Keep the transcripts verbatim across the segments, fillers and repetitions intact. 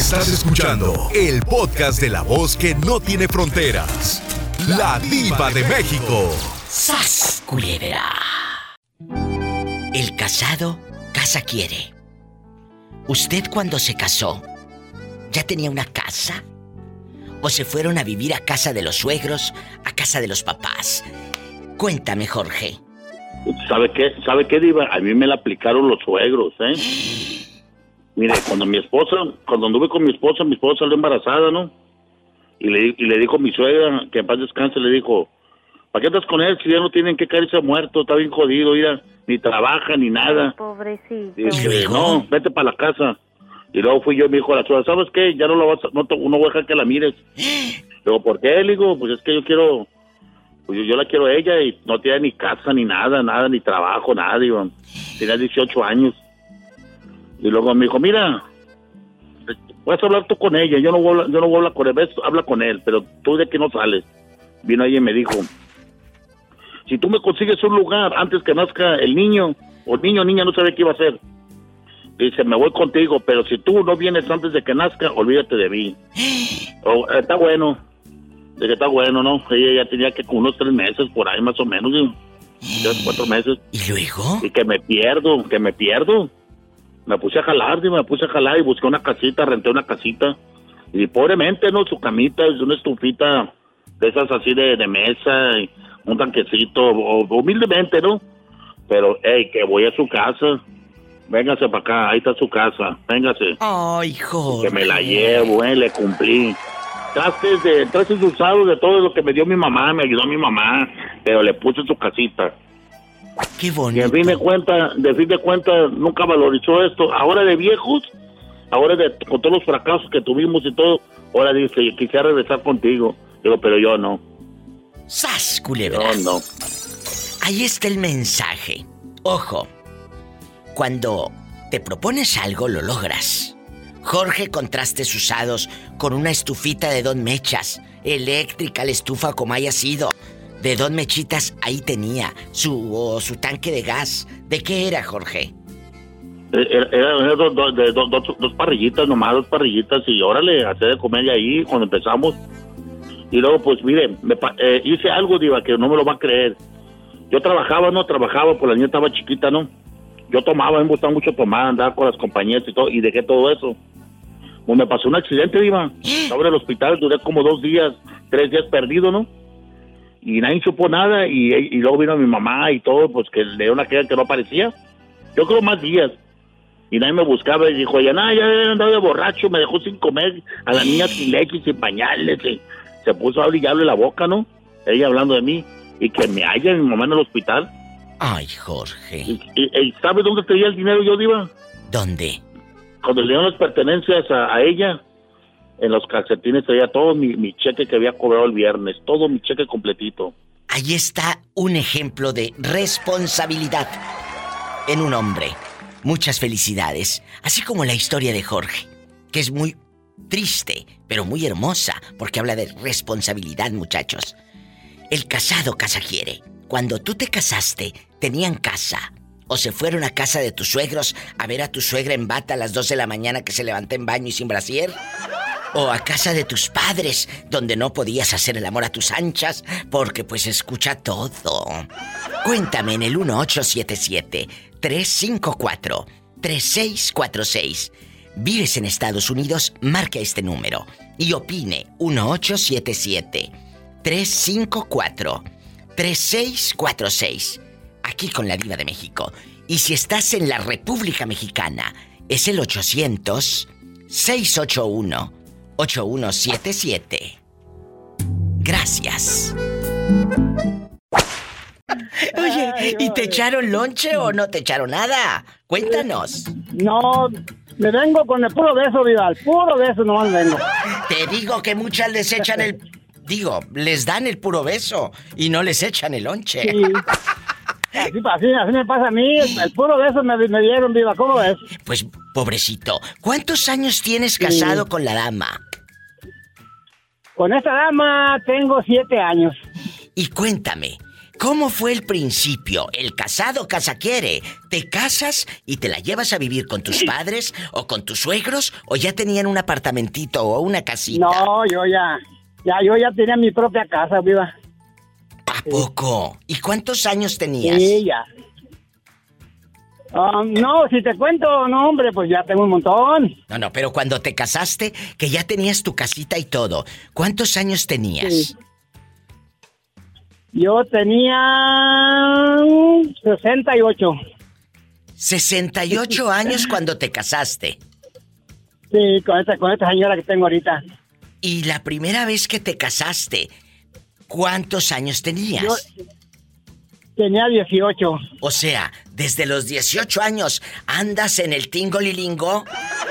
Estás escuchando el podcast de la voz que no tiene fronteras. La Diva de México. ¡Sas, culebra! El casado, casa quiere. ¿Usted cuando se casó, ya tenía una casa? ¿O se fueron a vivir a casa de los suegros, a casa de los papás? Cuéntame, Jorge. ¿Sabe qué? ¿Sabe qué, Diva? A mí me la aplicaron los suegros, ¿eh? Mire, cuando mi esposa, cuando anduve con mi esposa, mi esposa salió embarazada, ¿no? Y le, y le dijo a mi suegra, que en paz descanse, le dijo, ¿para qué andas con él si ya no tienen que caerse muerto? Está bien jodido, mira, ni trabaja, ni nada. Ay, pobrecito. Y dije, no, vete para la casa. Y luego fui yo y me dijo la suegra, ¿sabes qué? Ya no la vas a, no, te, no voy a dejar que la mires. Luego, ¿por qué? Le digo, pues es que yo quiero, pues yo, yo la quiero a ella y no tiene ni casa, ni nada, nada, ni trabajo, nada, digo. Tenía dieciocho años. Y luego me dijo, mira, puedes hablar tú con ella, yo no voy a hablar, yo no voy a hablar con él, ves, habla con él, pero tú de aquí no sales. Vino ella y me dijo, si tú me consigues un lugar antes que nazca el niño, o el niño o niña no sabe qué iba a hacer. Dice, me voy contigo, pero si tú no vienes antes de que nazca, olvídate de mí. Oh, está bueno, de que está bueno, ¿no? Ella ya tenía que con unos tres meses, por ahí más o menos, digo, tres, cuatro meses. ¿Y luego? Y que me pierdo, que me pierdo. Me puse a jalar, digo, me puse a jalar y busqué una casita, renté una casita. Y pobremente, ¿no? Su camita, es una estufita de esas así de, de mesa, y un tanquecito, o, humildemente, ¿no? Pero, hey, que voy a su casa. Véngase para acá, ahí está su casa, véngase. Ay, Jorge. Que me la llevo, eh, le cumplí. Trastes de, trastes usados de todo lo que me dio mi mamá, me ayudó mi mamá, pero le puse su casita. Qué bonito. Y a fin de cuentas, de fin de cuentas, nunca valorizó esto. Ahora de viejos, ahora de, con todos los fracasos que tuvimos y todo, ahora dice, quisiera regresar contigo. Digo, pero yo no. ¡Sas, culebras! No, no. Ahí está el mensaje. Ojo. Cuando te propones algo, lo logras. Jorge con trastes usados, con una estufita de dos mechas, eléctrica la estufa como haya sido, de dos mechitas, ahí tenía su, oh, su tanque de gas. ¿De qué era, Jorge? Era, era, era dos, dos, de, dos, dos, dos parrillitas, nomás dos parrillitas, y órale, hacer de comer ahí cuando empezamos. Y luego, pues, mire, me, eh, hice algo, Diva, que no me lo va a creer. Yo trabajaba, no trabajaba, pues la niña estaba chiquita, ¿no? Yo tomaba, me gustaba mucho tomar, andar con las compañías y todo, y dejé todo eso. Pues me pasó un accidente, Diva. Estaba en el hospital, duré como dos días, tres días perdido, ¿no? Y nadie supo nada, y, y luego vino mi mamá y todo, pues que le dio una queja que no aparecía. Yo creo más días. Y nadie me buscaba y dijo, ya nada, ya andaba de borracho, me dejó sin comer, a la niña sin leche, sin pañales, y se puso a brillarle la boca, ¿no? Ella hablando de mí, y que me halla mi mamá en el hospital. Ay, Jorge. ¿Y, y, y sabes dónde tenía el dinero yo, Diva? ¿Dónde? Cuando le dieron las pertenencias a, a ella, en los calcetines traía todo mi, mi cheque que había cobrado el viernes, todo mi cheque completito. Ahí está un ejemplo de responsabilidad en un hombre. Muchas felicidades. Así como la historia de Jorge, que es muy triste, pero muy hermosa, porque habla de responsabilidad, muchachos. El casado casa quiere. Cuando tú te casaste, ¿tenían casa? ¿O se fueron a casa de tus suegros a ver a tu suegra en bata a las dos de la mañana que se levanta en baño y sin brasier? ¿O a casa de tus padres, donde no podías hacer el amor a tus anchas porque pues escucha todo? Cuéntame en el uno ocho siete siete, tres cinco cuatro, tres seis cuatro seis. ¿Vives en Estados Unidos? Marca este número y opine. uno ocho siete siete, tres cinco cuatro, tres seis cuatro seis. Aquí con la Diva de México. Y si estás en la República Mexicana, es el ochocientos, seis ocho uno, ocho uno siete siete. Gracias. Oye, ¿y te echaron lonche o no te echaron nada? Cuéntanos. No, me vengo con el puro beso, Vidal. Puro beso nomás vengo. Te digo que muchas les echan el... Digo, les dan el puro beso y no les echan el lonche. Sí. Así, así, así me pasa a mí, el puro beso me, me dieron, Diva, ¿cómo ves? Pues, pobrecito, ¿cuántos años tienes casado sí. con la dama? Con esta dama tengo siete años. Y cuéntame, ¿Cómo fue el principio? El casado casa quiere. ¿Te casas y te la llevas a vivir con tus padres o con tus suegros o ya tenían un apartamentito o una casita? No, yo ya, ya, yo ya tenía mi propia casa, viva. ¿A poco? ¿Y cuántos años tenías? Sí, ya. Um, no, si te cuento, no, hombre, pues ya tengo un montón. No, no, pero cuando te casaste, que ya tenías tu casita y todo, ¿cuántos años tenías? Sí. Yo tenía sesenta y ocho. sesenta y ocho años cuando te casaste. Sí, con esta, con esta señora que tengo ahorita. Y la primera vez que te casaste, ¿cuántos años tenías? Yo tenía dieciocho. O sea, desde los dieciocho años andas en el tingolilingo.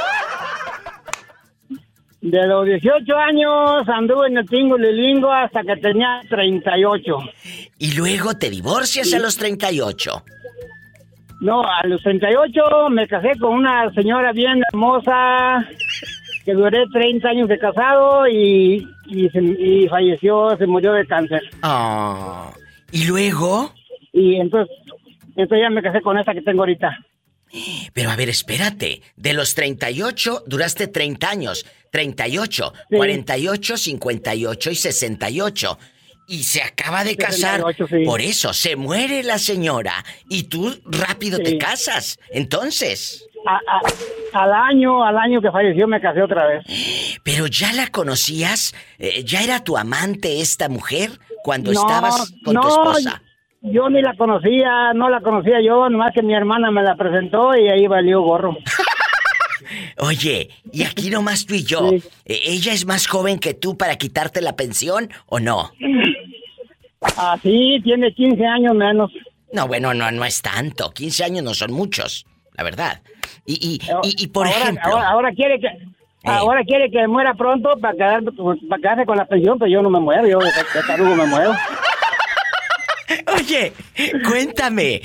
De los dieciocho años anduve en el Tingolilingo hasta que tenía treinta y ocho. Y luego te divorcias sí. a los treinta y ocho. No, a los treinta y ocho me casé con una señora bien hermosa, que duré treinta años de casado y, y, se, y falleció, se murió de cáncer. Oh. ¿Y luego? Y entonces, entonces ya me casé con esa que tengo ahorita. Pero a ver, espérate. De los treinta y ocho duraste treinta años. treinta y ocho, sí. cuarenta y ocho, cincuenta y ocho y sesenta y ocho. Y se acaba de casar. sesenta y ocho, sí. Por eso, se muere la señora. Y tú rápido sí. te casas. Entonces... A, a, al año, al año que falleció me casé otra vez. Pero ya la conocías, eh, ya era tu amante esta mujer cuando no, estabas con no, tu esposa. Yo ni la conocía, no la conocía yo, nomás que mi hermana me la presentó y ahí valió gorro. Oye, y aquí nomás tú y yo, sí. ¿ella es más joven que tú para quitarte la pensión o no? Ah, sí, tiene quince años menos. No, bueno, no, no es tanto, quince años no son muchos, la verdad. Y, y, y, y por ahora, ejemplo... Ahora, ahora quiere que... Eh. Ahora quiere que muera pronto para, quedar, para quedarse con la pensión, pero yo no me muero, yo de, de tarugo me muero. Oye, cuéntame.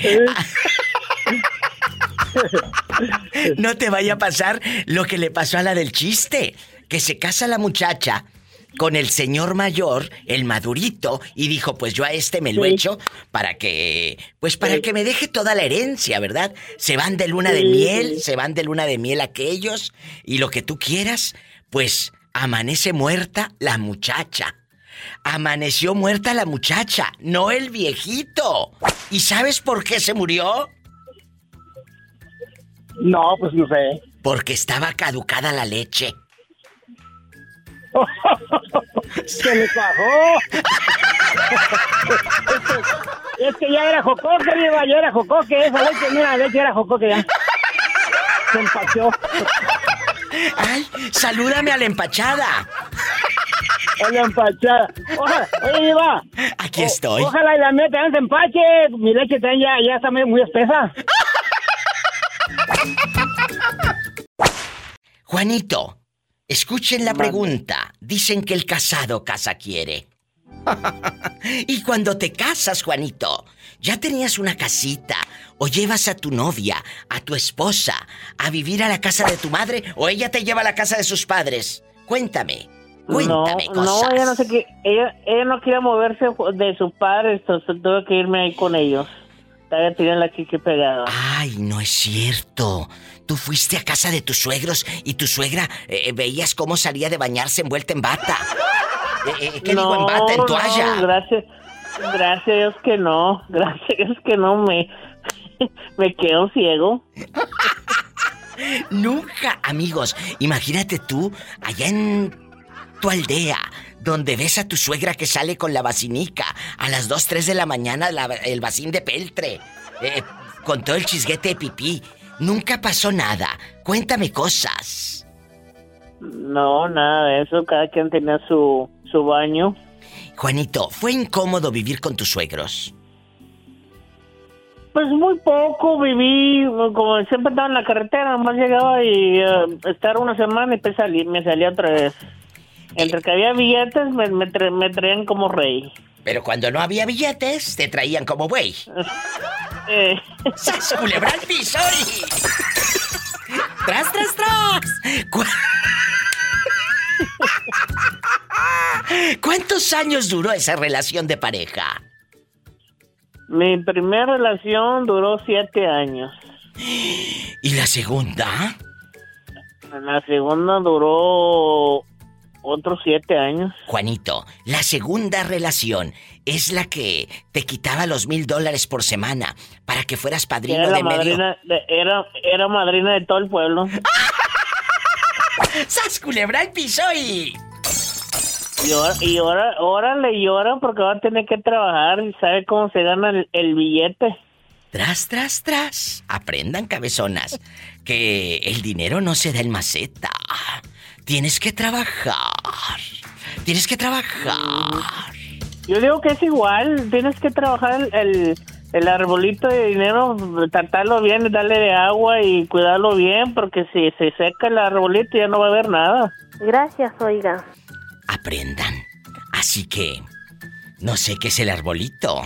No te vaya a pasar lo que le pasó a la del chiste, que se casa la muchacha con el señor mayor, el madurito, y dijo, pues yo a este me lo sí. echo para que, pues para sí. que me deje toda la herencia, ¿verdad? Se van de luna sí. de miel, se van de luna de miel aquellos, y lo que tú quieras, pues amanece muerta la muchacha. Amaneció muerta la muchacha, no el viejito. ¿Y sabes por qué se murió? No, pues no sé. Porque estaba caducada la leche. ¡Se le bajó! es, que, es que ya era jocoque, Diva, ya era jocoque. Esa leche, mira, la leche era jocoque ya. Se empachó. ¡Ay, salúdame a la empachada! A la empachada. Ojalá, oye, Diva. Aquí estoy. O, ojalá y la mía también se empache. Mi leche también ya, ya está muy, muy espesa. Juanito, escuchen la pregunta. Dicen que el casado casa quiere. Y cuando te casas, Juanito, ¿ya tenías una casita? ¿O llevas a tu novia, a tu esposa, a vivir a la casa de tu madre? ¿O ella te lleva a la casa de sus padres? Cuéntame, cuéntame no, cosas. No, ella no sé qué. Ella, ella no quería moverse de sus padres, entonces tuve que irme ahí con ellos. Todavía tenían la chichi pegada. Ay, no es cierto. Tú fuiste a casa de tus suegros y tu suegra eh, veías cómo salía de bañarse envuelta en bata. Eh, eh, ¿Qué no, digo en bata, en toalla? No, gracias, gracias a Dios que no. Gracias a Dios que no me, me quedo ciego. Nunca, amigos. Imagínate tú allá en tu aldea, donde ves a tu suegra que sale con la vacinica a las dos, tres de la mañana, la, el vacín de peltre, eh, con todo el chisguete de pipí. Nunca pasó nada. Cuéntame cosas. No, nada de eso. Cada quien tenía su, su baño. Juanito, ¿fue incómodo vivir con tus suegros? Pues muy poco viví, como siempre estaba en la carretera, nomás llegaba y uh, estar una semana y después salí, me salía otra vez. Entre que había billetes, me, me, tra- me traían como rey. Pero cuando no había billetes, te traían como buey. Eh. ¡Sas, culebra al piso! Y... ¡Tras, tras, tras! ¿Cu... ¿Cuántos años duró esa relación de pareja? Mi primera relación duró siete años. ¿Y la segunda? La segunda duró otros siete años. Juanito, la segunda relación es la que te quitaba los mil dólares por semana para que fueras padrino Era la de medio. madrina, de- era, era madrina de todo el pueblo. ¡Sas, culebra al piso y... Y ahora, y ahora, ahora le lloran porque va a tener que trabajar y sabe cómo se gana el, el billete. Tras, tras, tras. Aprendan, cabezonas, que el dinero no se da en maceta. Tienes que trabajar. Tienes que trabajar. Yo digo que es igual, tienes que trabajar el, el, el arbolito de dinero, tratarlo bien, darle de agua y cuidarlo bien, porque si se seca el arbolito ya no va a haber nada. Gracias, oiga. Aprendan. Así que, no sé qué es el arbolito.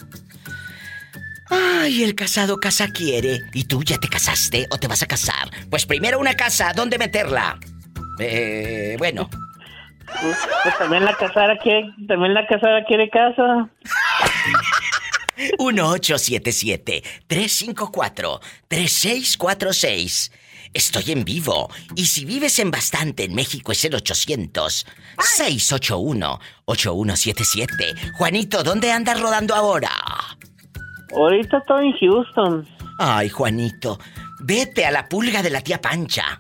Ay, el casado casa quiere. ¿Y tú ya te casaste o te vas a casar? Pues primero una casa, ¿dónde meterla? Eh, bueno. Pues, pues también la casada quiere, también la casada quiere casa. uno ocho siete siete, tres cinco cuatro, tres seis cuatro seis. Estoy en vivo. Y si vives en bastante en México es el ochocientos, seis ocho uno, ocho uno siete siete. Juanito, ¿dónde andas rodando ahora? Ahorita estoy en Houston. Ay, Juanito, vete a la pulga de la tía Pancha.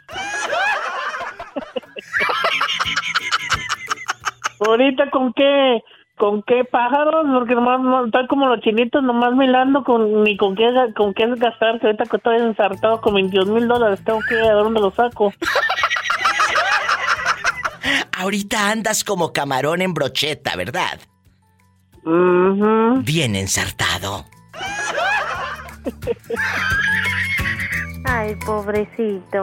Ahorita con qué, con qué pájaros, porque nomás no, estoy como los chinitos, nomás mirando con ni con qué, con qué gastarse. Ahorita que estoy ensartado con veintidós mil dólares, tengo que ver a dónde los saco. Ahorita andas como camarón en brocheta, ¿verdad? Uh-huh. Bien ensartado. Ay, pobrecito.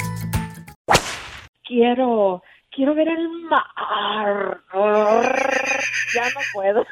Quiero, quiero ver el mar. Ya no puedo.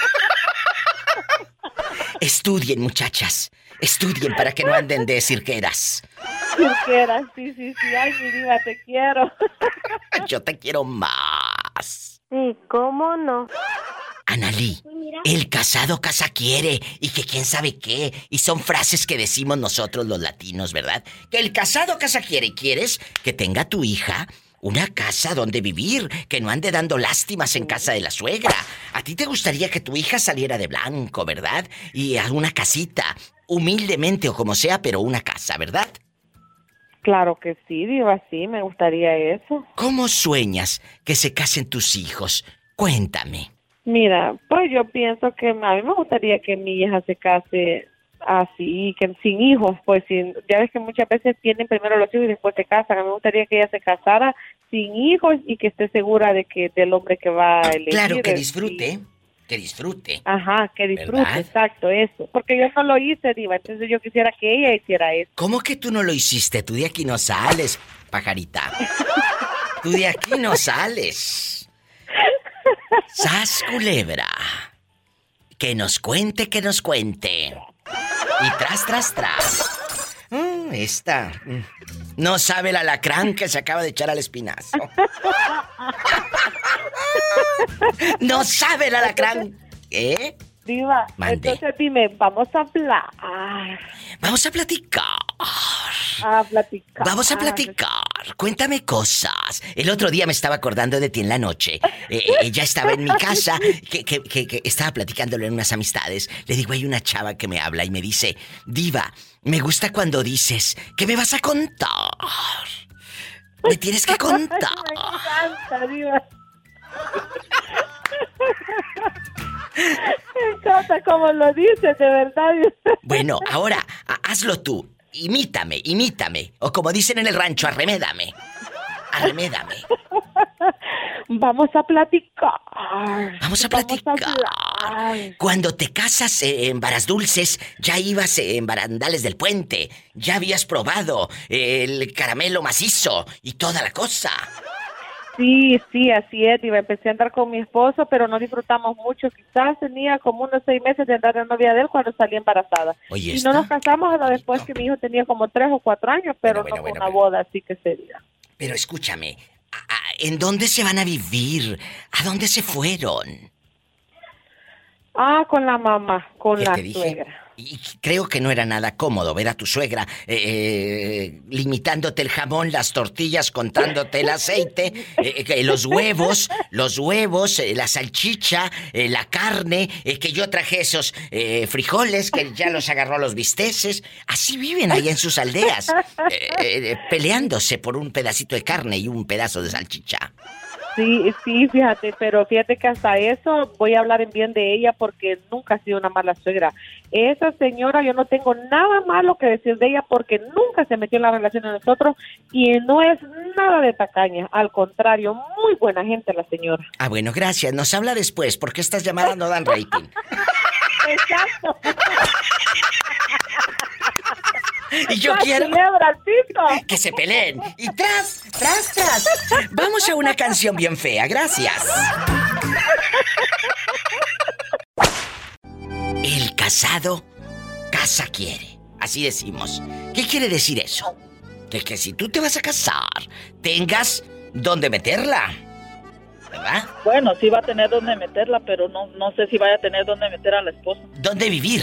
Estudien, muchachas. Estudien para que no anden de cirqueras. Cirquera, sí, sí, sí. Ay, mi diva, te quiero. Yo te quiero más. Sí, ¿cómo no? Analí, el casado casa quiere y que quién sabe qué. Y son frases que decimos nosotros los latinos, ¿verdad? Que el casado casa quiere. ¿Quieres que tenga tu hija una casa donde vivir? Que no ande dando lástimas en casa de la suegra. A ti te gustaría que tu hija saliera de blanco, ¿verdad? Y a una casita, humildemente o como sea, pero una casa, ¿verdad? Claro que sí, diva, sí, me gustaría eso. ¿Cómo sueñas que se casen tus hijos? Cuéntame. Mira, pues yo pienso que a mí me gustaría que mi hija se case así, que sin hijos, pues sin, ya ves que muchas veces tienen primero los hijos y después se casan. A mí me gustaría que ella se casara sin hijos y que esté segura de que del hombre que va a elegir. Claro, que y- disfrute, que disfrute. Ajá, que disfrute, ¿Verdad? exacto, eso. Porque yo no lo hice, diva, entonces yo quisiera que ella hiciera eso. ¿Cómo que tú no lo hiciste? Tú de aquí no sales, pajarita. Tú de aquí no sales. Sas culebra. Que nos cuente, que nos cuente. Y tras, tras, tras. Mm, esta. mm, No sabe el alacrán que se acaba de echar al espinazo. No sabe el alacrán. ¿Eh? Diva, Mande. entonces dime, vamos a hablar, Vamos a platicar. a platicar. Vamos a platicar. Cuéntame cosas. El otro día me estaba acordando de ti en la noche. Eh, ella estaba en mi casa, que, que, que, que estaba platicándolo en unas amistades. Le digo, hay una chava que me habla y me dice, Diva, me gusta cuando dices, ¿qué me vas a contar? Me tienes que contar. Me encanta, diva. Me encanta como lo dices, de verdad. Bueno, ahora, ha- hazlo tú. Imítame, imítame. O como dicen en el rancho, arremédame. Arremédame. Vamos a platicar. Vamos a platicar. hablar. Cuando te casas eh, en Varas Dulces, ya ibas eh, en Barandales del Puente. Ya habías probado eh, el caramelo macizo y toda la cosa. Sí, sí, así es, diva. Empecé a andar con mi esposo, pero no disfrutamos mucho. Quizás tenía como unos seis meses de andar de novia de él cuando salí embarazada. Oye, y está no nos casamos hasta después bonito. que mi hijo tenía como tres o cuatro años, pero Bueno, no bueno, fue bueno, una bueno. boda, así que sería. Pero escúchame, ¿a- a- ¿en dónde se van a vivir? ¿A dónde se fueron? Ah, con la mamá, con ¿Qué la te dije? suegra. Y creo que no era nada cómodo ver a tu suegra eh, eh, limitándote el jamón, las tortillas, contándote el aceite, eh, eh, los huevos, los huevos, eh, la salchicha, eh, la carne, eh, que yo traje esos eh, frijoles que ya los agarró a los bisteces. Así viven ahí en sus aldeas, eh, eh, peleándose por un pedacito de carne y un pedazo de salchicha. Sí, sí, fíjate, pero fíjate que hasta eso voy a hablar en bien de ella porque nunca ha sido una mala suegra. Esa señora, yo no tengo nada malo que decir de ella porque nunca se metió en la relación de nosotros y no es nada de tacaña. Al contrario, muy buena gente la señora. Ah, bueno, gracias. Nos habla después porque estas llamadas no dan rating. Exacto. Y yo quiero Celebra, que se peleen. Y tras, tras, tras. Vamos a una canción bien fea, gracias. El casado casa quiere. Así decimos. ¿Qué quiere decir eso? De que si tú te vas a casar, tengas dónde meterla. ¿Verdad? Bueno, sí va a tener dónde meterla, pero no, no sé si vaya a tener dónde meter a la esposa. ¿Dónde vivir?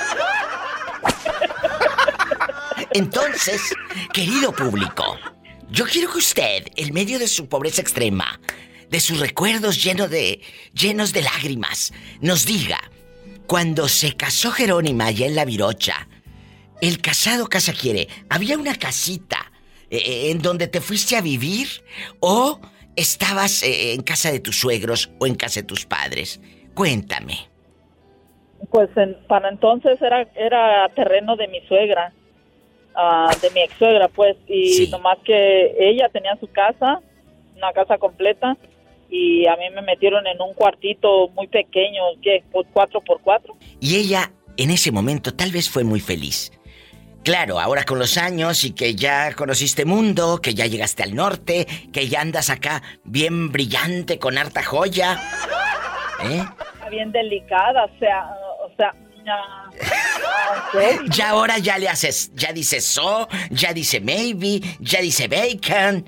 Entonces, querido público, yo quiero que usted, en medio de su pobreza extrema, de sus recuerdos llenos de, llenos de lágrimas, nos diga, cuando se casó Jerónima allá en La Virocha, el casado casa quiere, ¿había una casita eh, en donde te fuiste a vivir o estabas eh, en casa de tus suegros o en casa de tus padres? Cuéntame. Pues en, para entonces era era terreno de mi suegra, uh, de mi ex suegra, pues, y Sí. nomás que ella tenía su casa, una casa completa, y a mí me metieron en un cuartito muy pequeño, ¿qué? Pues cuatro por cuatro. Y ella, en ese momento, tal vez fue muy feliz. Claro, ahora con los años y que ya conociste mundo, que ya llegaste al norte, que ya andas acá bien brillante con harta joya. ¿Eh? Bien delicada, o sea, o sea, ya, ¿en Ya ahora ya le haces, ya dice so, ya dice maybe, ya dice bacon.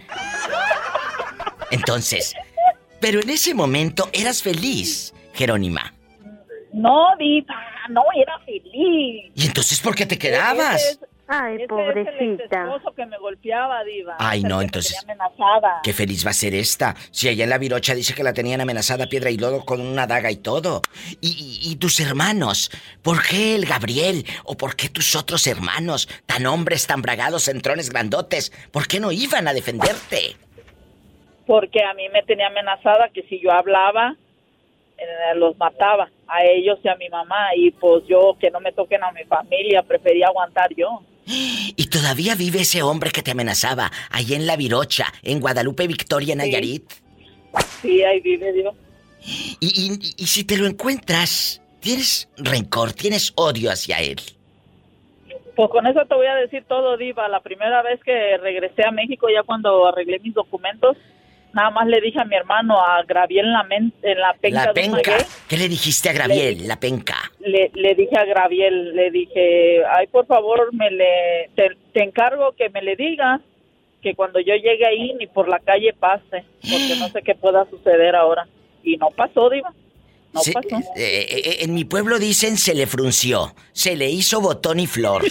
Entonces, pero en ese momento eras feliz, Jerónima. No, diva, no era feliz. ¿Y entonces por qué te quedabas? Ese es- Ay, ese pobrecita. Es el esposo que me golpeaba, diva. Ay, Ese es no, el que entonces- me tenía amenazada. Qué feliz va a ser esta. Si allá en La Virocha dice que la tenían amenazada piedra y lodo con una daga y todo. Y, y, y tus hermanos, ¿por qué el Gabriel? ¿O por qué tus otros hermanos, tan hombres, tan bragados, centrones grandotes? ¿Por qué no iban a defenderte? Porque a mí me tenía amenazada que si yo hablaba, eh, los mataba a ellos y a mi mamá. Y pues yo, que no me toquen a mi familia, prefería aguantar yo. Y todavía vive ese hombre que te amenazaba, allá en La Virocha, en Guadalupe, Victoria, Nayarit. Sí, ahí vive, digo. Y, y, y si te lo encuentras, ¿tienes rencor, tienes odio hacia él? Pues con eso te voy a decir todo, diva. La primera vez que regresé a México, ya cuando arreglé mis documentos, nada más le dije a mi hermano, a Graviel en la, men- en la penca. La de un penca. maguey, ¿Qué le dijiste a Graviel, la penca? Le, le dije a Graviel, le dije, ay, por favor, me le, te, te encargo que me le digas que cuando yo llegue ahí ni por la calle pase, porque no sé qué pueda suceder ahora. Y no pasó, diva. No Se- pasó. eh, eh, en mi pueblo dicen se le frunció, se le hizo botón y flor.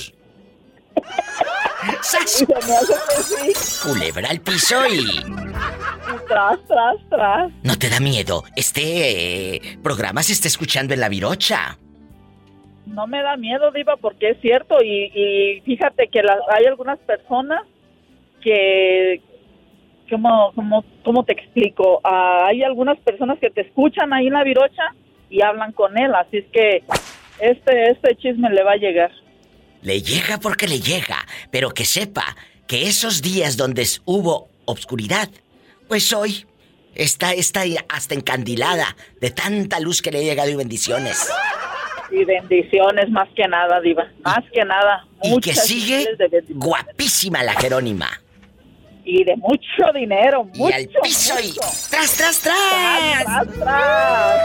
¡Sas! Y se me hace que sí. Culebra al piso y... Y tras, tras, tras. ¿No te da miedo? Este eh, programa se está escuchando en La Virocha. No me da miedo, diva, porque es cierto. Y, y fíjate que la- hay algunas personas que... ¿Cómo, cómo, cómo te explico? Ah, hay algunas personas que te escuchan ahí en La Virocha y hablan con él. Así es que este, este chisme le va a llegar. Le llega porque le llega, pero que sepa que esos días donde hubo obscuridad, pues hoy está, está hasta encandilada de tanta luz que le ha llegado y bendiciones. Y bendiciones más que nada, diva. Más que nada. Y que Muchas sigue miles de bendiciones. guapísima la Jerónima. Y de mucho dinero, mucho, Y al piso y... mucho. ¡Tras, tras, tras! ¡Tras, tras!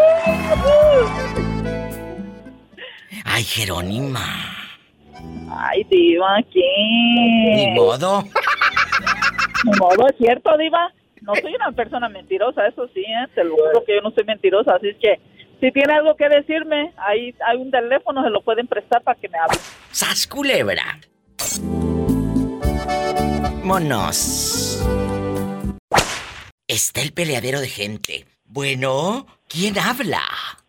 ¡Ay, Jerónima! Ay, diva, ¿qué? Ni modo. Ni modo, es cierto, diva. No soy una persona mentirosa, eso sí, ¿eh? Te lo juro que yo no soy mentirosa, así es que si tiene algo que decirme, ahí hay un teléfono, se lo pueden prestar para que me hable. ¡Sas, culebra! Monos. Está el peleadero de gente. Bueno, ¿quién habla?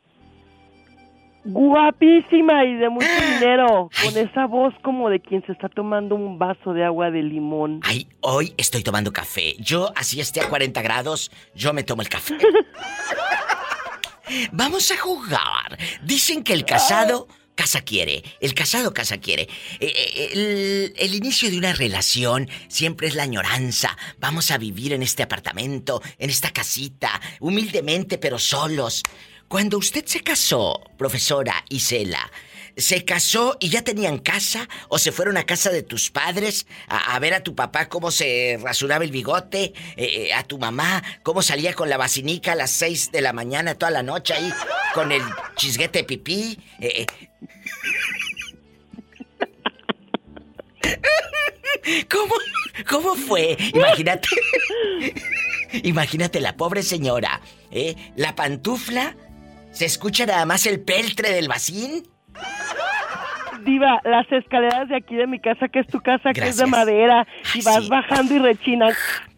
Guapísima y de mucho dinero. Ay. Con esa voz como de quien se está tomando un vaso de agua de limón. Ay, hoy estoy tomando café. Yo, así esté a cuarenta grados, yo me tomo el café. Vamos a jugar. Dicen que el casado casa quiere. El casado casa quiere. Eh, el, el inicio de una relación siempre es la añoranza. Vamos a vivir en este apartamento, en esta casita, humildemente pero solos. Cuando usted se casó, profesora Isela, ¿se casó y ya tenían casa? ¿O se fueron a casa de tus padres a, a ver a tu papá cómo se rasuraba el bigote? Eh, a tu mamá cómo salía con la vacinica a las seis de la mañana toda la noche ahí con el chisguete pipí. Eh, ¿Cómo, ¿Cómo fue? Imagínate. Imagínate la pobre señora, ¿eh? La pantufla. ¿Se escucha nada más el peltre del vacín? Diva, las escaleras de aquí de mi casa, que es tu casa, Gracias. Que es de madera, Ay, y vas sí. bajando y rechinas.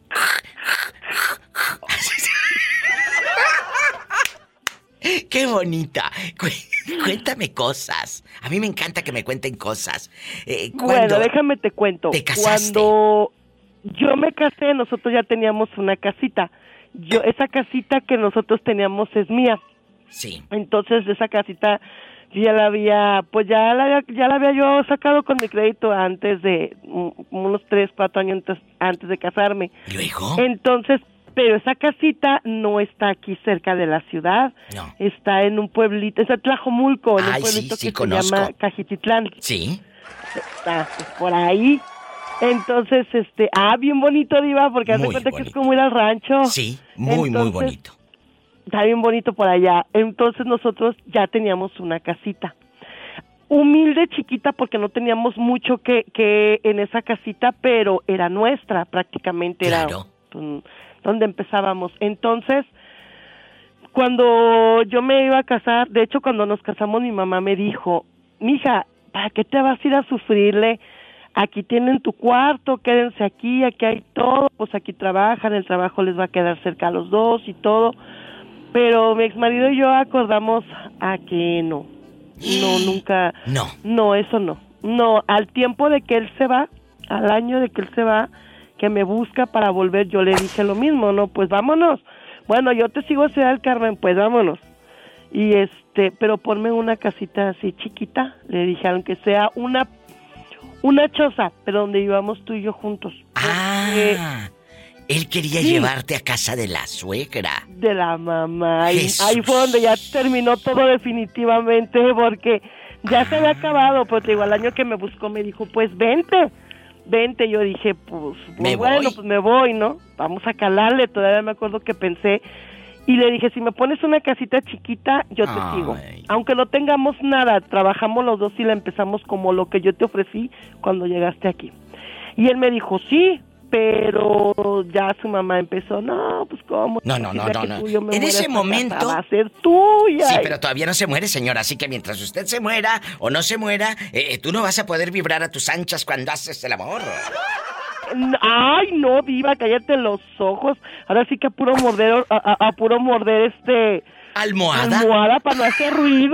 ¡Qué bonita! Cuéntame cosas. A mí me encanta que me cuenten cosas. Eh, bueno, déjame te cuento. ¿Te casaste? Cuando yo me casé, nosotros ya teníamos una casita. Yo, esa casita que nosotros teníamos es mía. Sí. Entonces, esa casita ya la había, pues ya la, ya la había yo sacado con mi crédito antes de, um, unos tres, cuatro años antes, antes de casarme. ¿Luego? Entonces, pero esa casita no está aquí cerca de la ciudad. No. Está en un pueblito, está en Tlajomulco, en Ay, un pueblito sí, sí, que conozco. se llama Cajititlán. Sí. Está pues, por ahí. Entonces, este, ah, bien bonito, Diva, porque hace cuenta bonito. Que es como ir al rancho. Sí, muy, Entonces, muy bonito. Está bien bonito por allá. Entonces nosotros ya teníamos una casita. Humilde, chiquita, porque no teníamos mucho que, que en esa casita, pero era nuestra, prácticamente claro. Era um, donde empezábamos. Entonces, cuando yo me iba a casar, de hecho cuando nos casamos mi mamá me dijo, mija, ¿para qué te vas a ir a sufrirle? Aquí tienen tu cuarto, quédense aquí, aquí hay todo, pues aquí trabajan, el trabajo les va a quedar cerca a los dos y todo. Pero mi exmarido y yo acordamos a que no, no, nunca, no, no, eso no, no, al tiempo de que él se va, al año de que él se va, que me busca para volver, yo le dije lo mismo, no, pues vámonos, bueno, yo te sigo a Ciudad del Carmen, pues vámonos, y este, pero ponme una casita así chiquita, le dije, aunque sea una, una choza, pero donde íbamos tú y yo juntos. Ah, porque, él quería sí. llevarte a casa de la suegra. De la mamá. Y ahí fue donde ya terminó todo definitivamente, porque ya ah. se había acabado. Pero te digo, al año que me buscó me dijo, pues vente, vente. Yo dije, pues, pues bueno, voy? pues me voy, ¿no? Vamos a calarle. Todavía me acuerdo que pensé. Y le dije, si me pones una casita chiquita, yo te Ay. sigo. Aunque no tengamos nada, trabajamos los dos y la empezamos como lo que yo te ofrecí cuando llegaste aquí. Y él me dijo, sí. Pero ya su mamá empezó, no, pues cómo. No, no, no, no, no. En ese momento va a ser tuya. Sí, pero todavía no se muere, señora. Así que mientras usted se muera o no se muera, eh, tú no vas a poder vibrar a tus anchas cuando haces el amor. Ay, no, Diva, cállate los ojos. Ahora sí que a puro morder, a, a, a puro morder este... ¿Almohada? Almohada para no hacer ruido.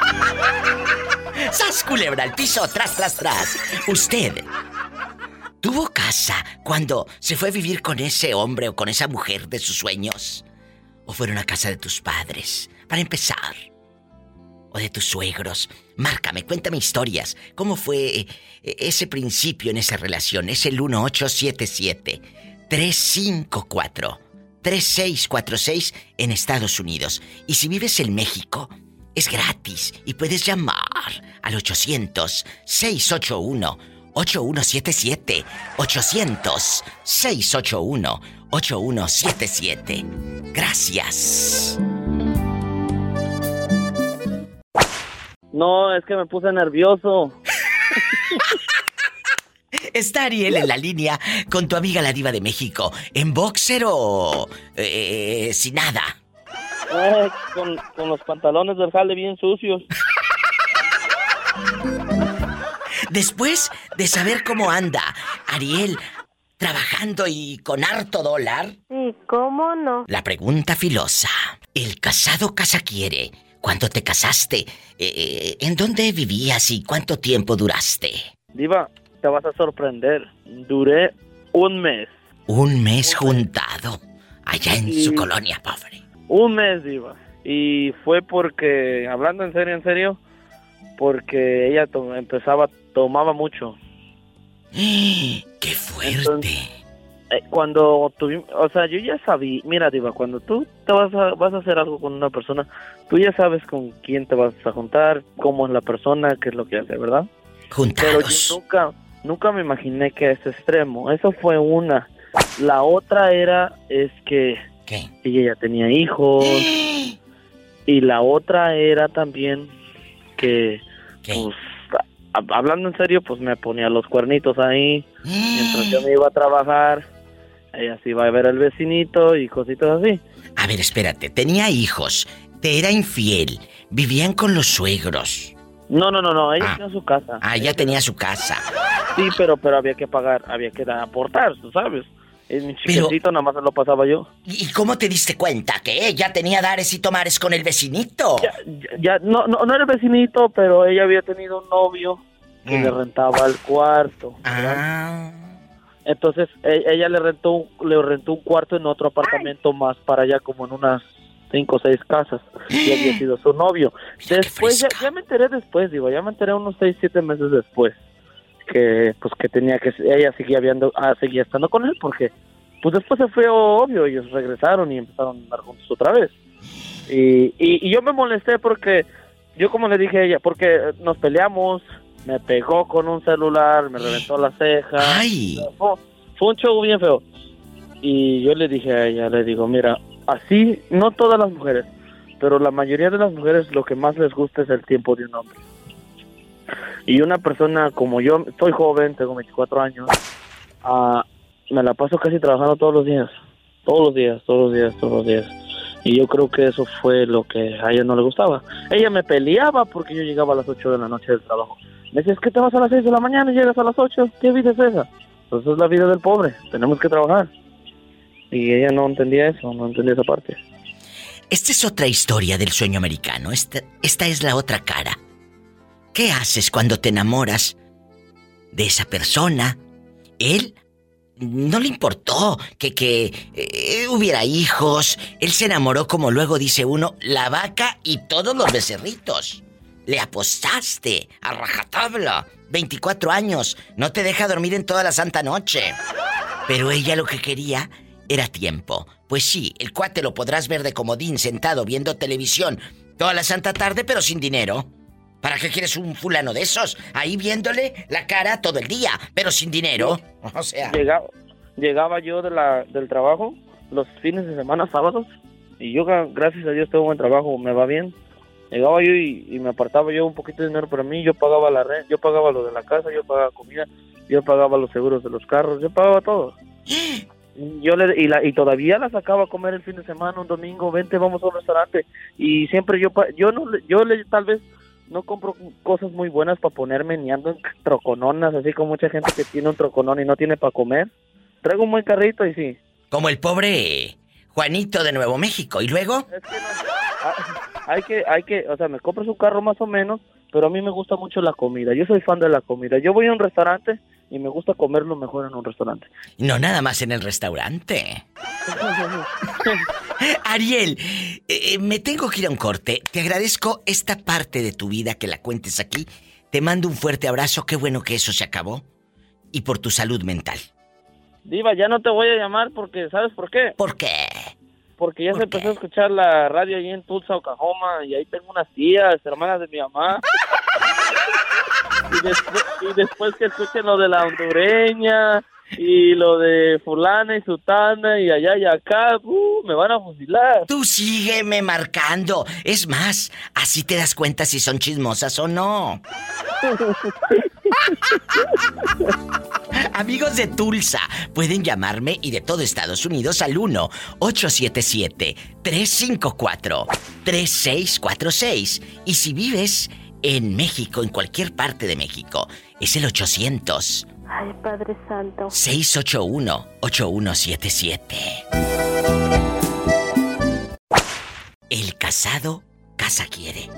¡Sas, culebra al piso! ¡Tras, tras, tras! Usted... ¿tuvo casa cuando se fue a vivir con ese hombre o con esa mujer de sus sueños? ¿O fueron a casa de tus padres, para empezar? ¿O de tus suegros? Márcame, cuéntame historias. ¿Cómo fue ese principio en esa relación? Es el uno ocho siete siete, tres cinco cuatro, tres seis cuatro seis en Estados Unidos. Y si vives en México, es gratis y puedes llamar al ochocientos, seiscientos ochenta y uno, ocho uno siete siete, ochocientos, seiscientos ochenta y uno, ocho uno siete siete. Gracias. No, es que me puse nervioso. Está Ariel en la línea con tu amiga la Diva de México. ¿En boxer o eh, sin nada? Eh, con, con los pantalones del jale bien sucios. Después de saber cómo anda Ariel trabajando y con harto dólar. Sí, ¿cómo no? La pregunta filosa. ¿El casado casa quiere? ¿Cuándo te casaste? Eh, ¿En dónde vivías y cuánto tiempo duraste? Diva, te vas a sorprender. Duré un mes. Un mes juntado. Allá en y... su colonia, pobre. Un mes, Diva. Y fue porque, hablando en serio, en serio, porque ella to- empezaba, tomaba mucho. ¡Qué fuerte! Entonces, eh, cuando tuvimos, o sea, yo ya sabía, mira, Diva, cuando tú te vas a, vas a hacer algo con una persona, tú ya sabes con quién te vas a juntar, cómo es la persona, qué es lo que hace, ¿verdad? Juntados. Pero yo nunca, nunca me imaginé que a ese extremo. Eso fue una. La otra era, es que ¿qué? Ella ya tenía hijos. Y la otra era también que, ¿qué? Pues, a- hablando en serio, pues me ponía los cuernitos ahí. Mientras yo me iba a trabajar, ella se iba a ver al vecinito y cositas así. A ver, espérate. Tenía hijos. Te era infiel. Vivían con los suegros. No, no, no, no, ella Ah. tenía su casa. Ah, ella tenía su casa. Sí, pero pero había que pagar, había que dar- aportar, tú sabes. Es mi Pero- chiquitito, nada más se lo pasaba yo. ¿Y cómo te diste cuenta que ella tenía dares y tomares con el vecinito? Ya, ya, ya, no, no, no era el vecinito, pero ella había tenido un novio que Mm. le rentaba el cuarto. ¿verdad? Ah. Entonces e- ella le rentó, un- le rentó un cuarto en otro apartamento más para allá, como en unas cinco o seis casas. Y había sido su novio. Mira qué Después, ya, fresca. ya me enteré después, digo, ya me enteré unos seis, siete meses después. Que, pues, que tenía que, ella seguía viendo, ah, seguía estando con él, porque, pues, después se fue obvio, ellos regresaron y empezaron a andar juntos otra vez. Y, y, y yo me molesté porque, yo como le dije a ella, porque nos peleamos, me pegó con un celular, me reventó la ceja. ¡Ay! Fue, fue un show bien feo. Y yo le dije a ella, le digo, mira, así, no todas las mujeres, pero la mayoría de las mujeres lo que más les gusta es el tiempo de un hombre. Y una persona como yo, estoy joven, tengo veinticuatro años, ah, me la paso casi trabajando todos los días, todos los días, todos los días, todos los días. Y yo creo que eso fue lo que a ella no le gustaba. Ella me peleaba porque yo llegaba a las ocho de la noche del trabajo. Me decía, es que te vas a las seis de la mañana y llegas a las ocho, ¿qué vida es esa? Pues es la vida del pobre, tenemos que trabajar. Y ella no entendía eso, no entendía esa parte. Esta es otra historia del sueño americano. Esta, esta es la otra cara. ¿Qué haces cuando te enamoras de esa persona? Él no le importó que, que eh, hubiera hijos. Él se enamoró, como luego dice uno, la vaca y todos los becerritos. Le apostaste a rajatabla. veinticuatro años. No te deja dormir en toda la santa noche. Pero ella lo que quería era tiempo. Pues sí, el cuate lo podrás ver de comodín sentado viendo televisión toda la santa tarde, pero sin dinero. ¿Para qué quieres un fulano de esos? Ahí viéndole la cara todo el día, pero sin dinero. O sea... Llegaba, llegaba yo de la, del trabajo los fines de semana, sábados, y yo, gracias a Dios, tengo buen trabajo, me va bien. Llegaba yo y, y me apartaba yo un poquito de dinero para mí, yo pagaba la renta, yo pagaba lo de la casa, yo pagaba comida, yo pagaba los seguros de los carros, yo pagaba todo. Yo le, y, la, y todavía la sacaba a comer el fin de semana, un domingo, vente, vamos a un restaurante. Y siempre yo, yo no, yo le, tal vez no compro cosas muy buenas para ponerme, ni ando en trocononas, así como mucha gente que tiene un troconón y no tiene para comer. Traigo un buen carrito y sí. Como el pobre Juanito de Nuevo México. ¿Y luego? Es que no, hay que, hay que, o sea, me compro su carro más o menos, pero a mí me gusta mucho la comida. Yo soy fan de la comida. Yo voy a un restaurante y me gusta comerlo mejor en un restaurante. No nada más en el restaurante. Ariel, eh, me tengo que ir a un corte. Te agradezco esta parte de tu vida que la cuentes aquí. Te mando un fuerte abrazo. Qué bueno que eso se acabó. Y por tu salud mental. Diva, ya no te voy a llamar porque, ¿sabes por qué? ¿Por qué? Porque ya ¿Por se qué? empezó a escuchar la radio allí en Tulsa, Oklahoma, y ahí tengo unas tías, hermanas de mi mamá. y, después, y después que escuchen lo de la hondureña y lo de fulana y sutana y allá y acá, uh, me van a fusilar. Tú sígueme marcando. Es más, así te das cuenta si son chismosas o no. Amigos de Tulsa, pueden llamarme y de todo Estados Unidos al uno ocho siete siete, tres cinco cuatro, tres seis cuatro seis. Y si vives en México, en cualquier parte de México, es el ochocientos. Ay, Padre Santo. seis ocho uno, ocho uno siete siete. El casado, casa quiere.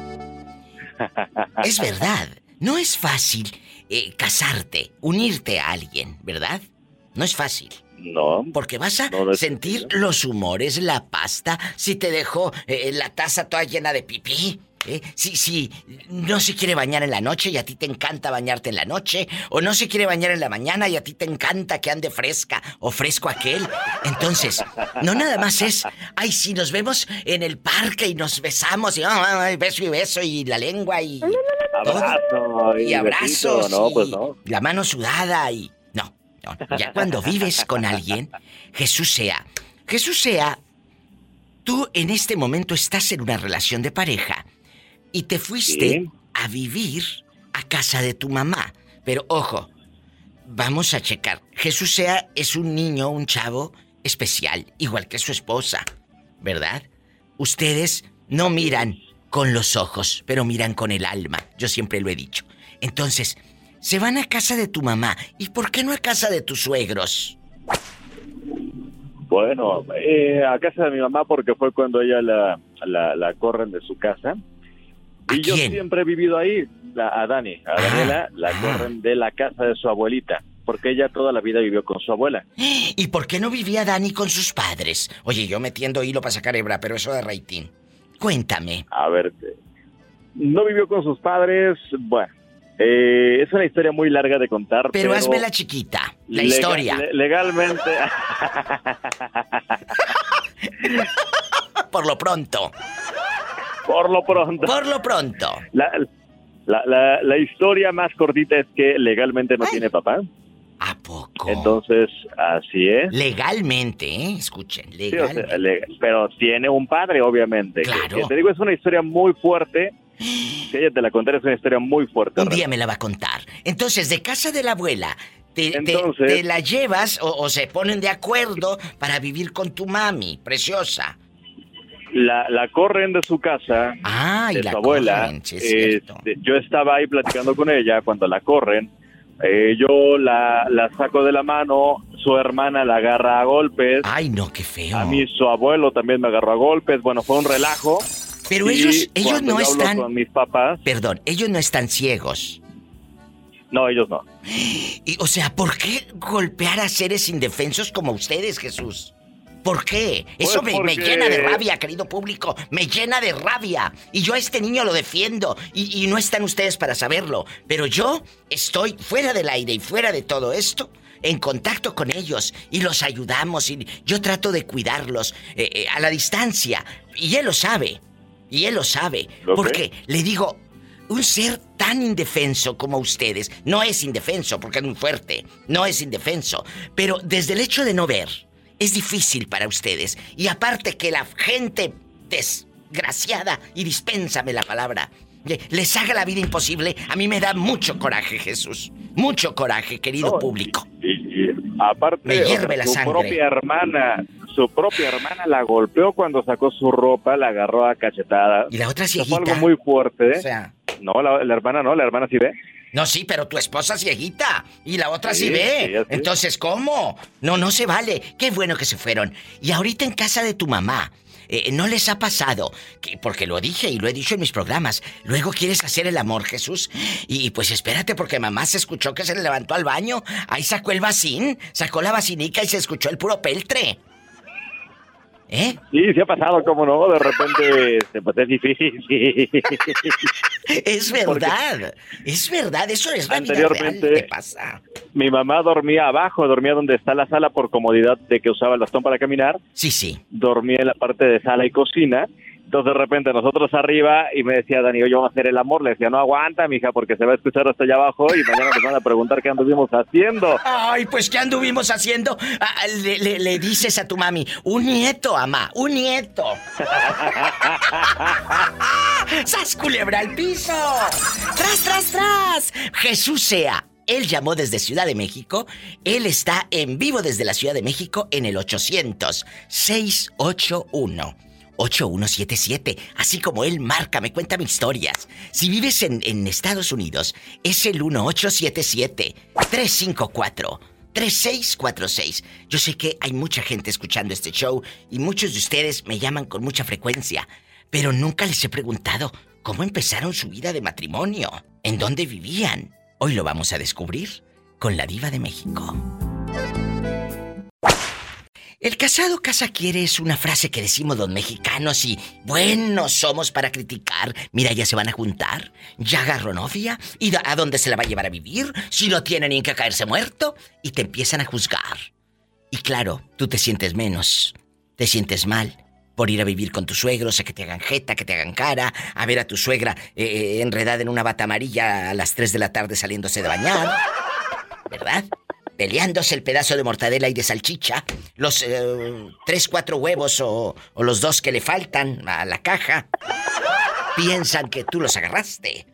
Es verdad, no es fácil eh, casarte, unirte a alguien, ¿verdad? No es fácil. No. Porque vas a no, no sentir sencillo. los humores, la pasta, si te dejó eh, la taza toda llena de pipí. ¿Eh? Si, si no se quiere bañar en la noche y a ti te encanta bañarte en la noche, o no se quiere bañar en la mañana y a ti te encanta que ande fresca o fresco aquel. Entonces, no nada más es, ay, si nos vemos en el parque y nos besamos y ay, beso y beso y la lengua y abrazo y, y abrazos besito, no, y pues no. la mano sudada y no, no, ya cuando vives con alguien, Jesús sea, Jesús sea, tú en este momento estás en una relación de pareja. Y te fuiste ¿Sí? a vivir a casa de tu mamá. Pero ojo, vamos a checar. Jesús sea es un niño, un chavo especial, igual que su esposa, ¿verdad? Ustedes no miran con los ojos, pero miran con el alma. Yo siempre lo he dicho. Entonces, se van a casa de tu mamá. ¿Y por qué no a casa de tus suegros? Bueno, eh, a casa de mi mamá porque fue cuando ella la, la, la corren de su casa. Y yo siempre he vivido ahí, a, a Dani, a Daniela, ah, la ah. corren de la casa de su abuelita, porque ella toda la vida vivió con su abuela. ¿Y por qué no vivía Dani con sus padres? Oye, yo metiendo hilo para sacar hebra, pero eso de rating. Cuéntame. A ver, no vivió con sus padres, bueno, eh, es una historia muy larga de contar, pero... Pero hazme la chiquita, la legal, historia. Le, legalmente... Por lo pronto... Por lo pronto. Por lo pronto. La, la, la, la historia más cortita es que legalmente no Ay. tiene papá. ¿A poco? Entonces, así es. Legalmente, ¿eh? Escuchen, legalmente. Sí, o sea, le, pero tiene un padre, obviamente. Claro. Que, que te digo, es una historia muy fuerte. Si ella te la contara, es una historia muy fuerte. Un día me la va a contar. Entonces, de casa de la abuela, te, Entonces, te, te la llevas o, o se ponen de acuerdo para vivir con tu mami, preciosa. La, la corren de su casa, ah, de la su abuela. Corren, sí, es eh, yo estaba ahí platicando con ella cuando la corren. Eh, yo la, la saco de la mano, su hermana la agarra a golpes. Ay, no, qué feo. A mí su abuelo también me agarró a golpes. Bueno, fue un relajo. Pero ellos, ellos no están... con mis papás... Perdón, ellos no están ciegos. No, ellos no. Y, o sea, ¿por qué golpear a seres indefensos como ustedes, Jesús? ¿Por qué? Eso pues me, porque... me llena de rabia, querido público. Me llena de rabia. Y yo a este niño lo defiendo. Y, y no están ustedes para saberlo. Pero yo estoy fuera del aire y fuera de todo esto, en contacto con ellos. Y los ayudamos. Y yo trato de cuidarlos eh, eh, a la distancia. Y él lo sabe. Y él lo sabe. ¿Okay? Porque le digo, un ser tan indefenso como ustedes, no es indefenso porque es muy fuerte. No es indefenso. Pero desde el hecho de no ver... es difícil para ustedes. Y aparte que la gente desgraciada, y dispénsame la palabra, les haga la vida imposible, a mí me da mucho coraje, Jesús. Mucho coraje, querido no, público. Y, y, y aparte, me hierve la su sangre. propia hermana, su propia hermana la golpeó cuando sacó su ropa, la agarró a cachetadas. Y la otra cieguita. Fue algo muy fuerte. O sea... No, la, la hermana no, la hermana sí ve. No, sí, pero tu esposa cieguita y la otra sí, sí ve. Sí, sí. Entonces, ¿cómo? No, no se vale. Qué bueno que se fueron. Y ahorita en casa de tu mamá, eh, ¿no les ha pasado? Que, porque lo dije y lo he dicho en mis programas. Luego quieres hacer el amor, Jesús. Y pues espérate porque mamá se escuchó que se le levantó al baño. Ahí sacó el vacín, sacó la vacinica y se escuchó el puro peltre. ¿Eh? Sí, sí ha pasado, cómo no, de repente se pues, es difícil. Es verdad, Porque es verdad, eso es la anteriormente, vida real, ¿qué pasa? Mi mamá dormía abajo, dormía donde está la sala por comodidad de que usaba el bastón para caminar. Sí, sí. Dormía en la parte de sala y cocina. Entonces de repente nosotros arriba y me decía Dani, yo vamos a hacer el amor. Le decía, no aguanta, mija, porque se va a escuchar hasta allá abajo y mañana nos van a preguntar qué anduvimos haciendo. Ay, pues ¿qué anduvimos haciendo? Ah, le, le, le dices a tu mami, un nieto, amá, un nieto. ¡Sas, culebra al piso! ¡Tras, tras, tras! Jesús sea. Él llamó desde Ciudad de México. Él está en vivo desde la Ciudad de México en el ochocientos, seiscientos ochenta y uno, ochenta y uno setenta y siete. Así como él, márcame, cuéntame historias. Si vives en, en Estados Unidos, es el uno ocho siete siete, tres cinco cuatro, tres seis cuatro seis. Yo sé que hay mucha gente escuchando este show y muchos de ustedes me llaman con mucha frecuencia, pero nunca les he preguntado cómo empezaron su vida de matrimonio, en dónde vivían. Hoy lo vamos a descubrir con la Diva de México. El casado casa quiere es una frase que decimos los mexicanos y buenos somos para criticar. Mira, ya se van a juntar, ya agarró novia, ¿y a dónde se la va a llevar a vivir? Si no tiene ni en qué caerse muerto, y te empiezan a juzgar. Y claro, tú te sientes menos, te sientes mal por ir a vivir con tus suegros, a que te hagan jeta, que te hagan cara, a ver a tu suegra eh, enredada en una bata amarilla a las tres de la tarde saliéndose de bañar, ¿verdad? Peleándose el pedazo de mortadela y de salchicha, los eh, tres, cuatro huevos o, o los dos que le faltan a la caja. Piensan que tú los agarraste.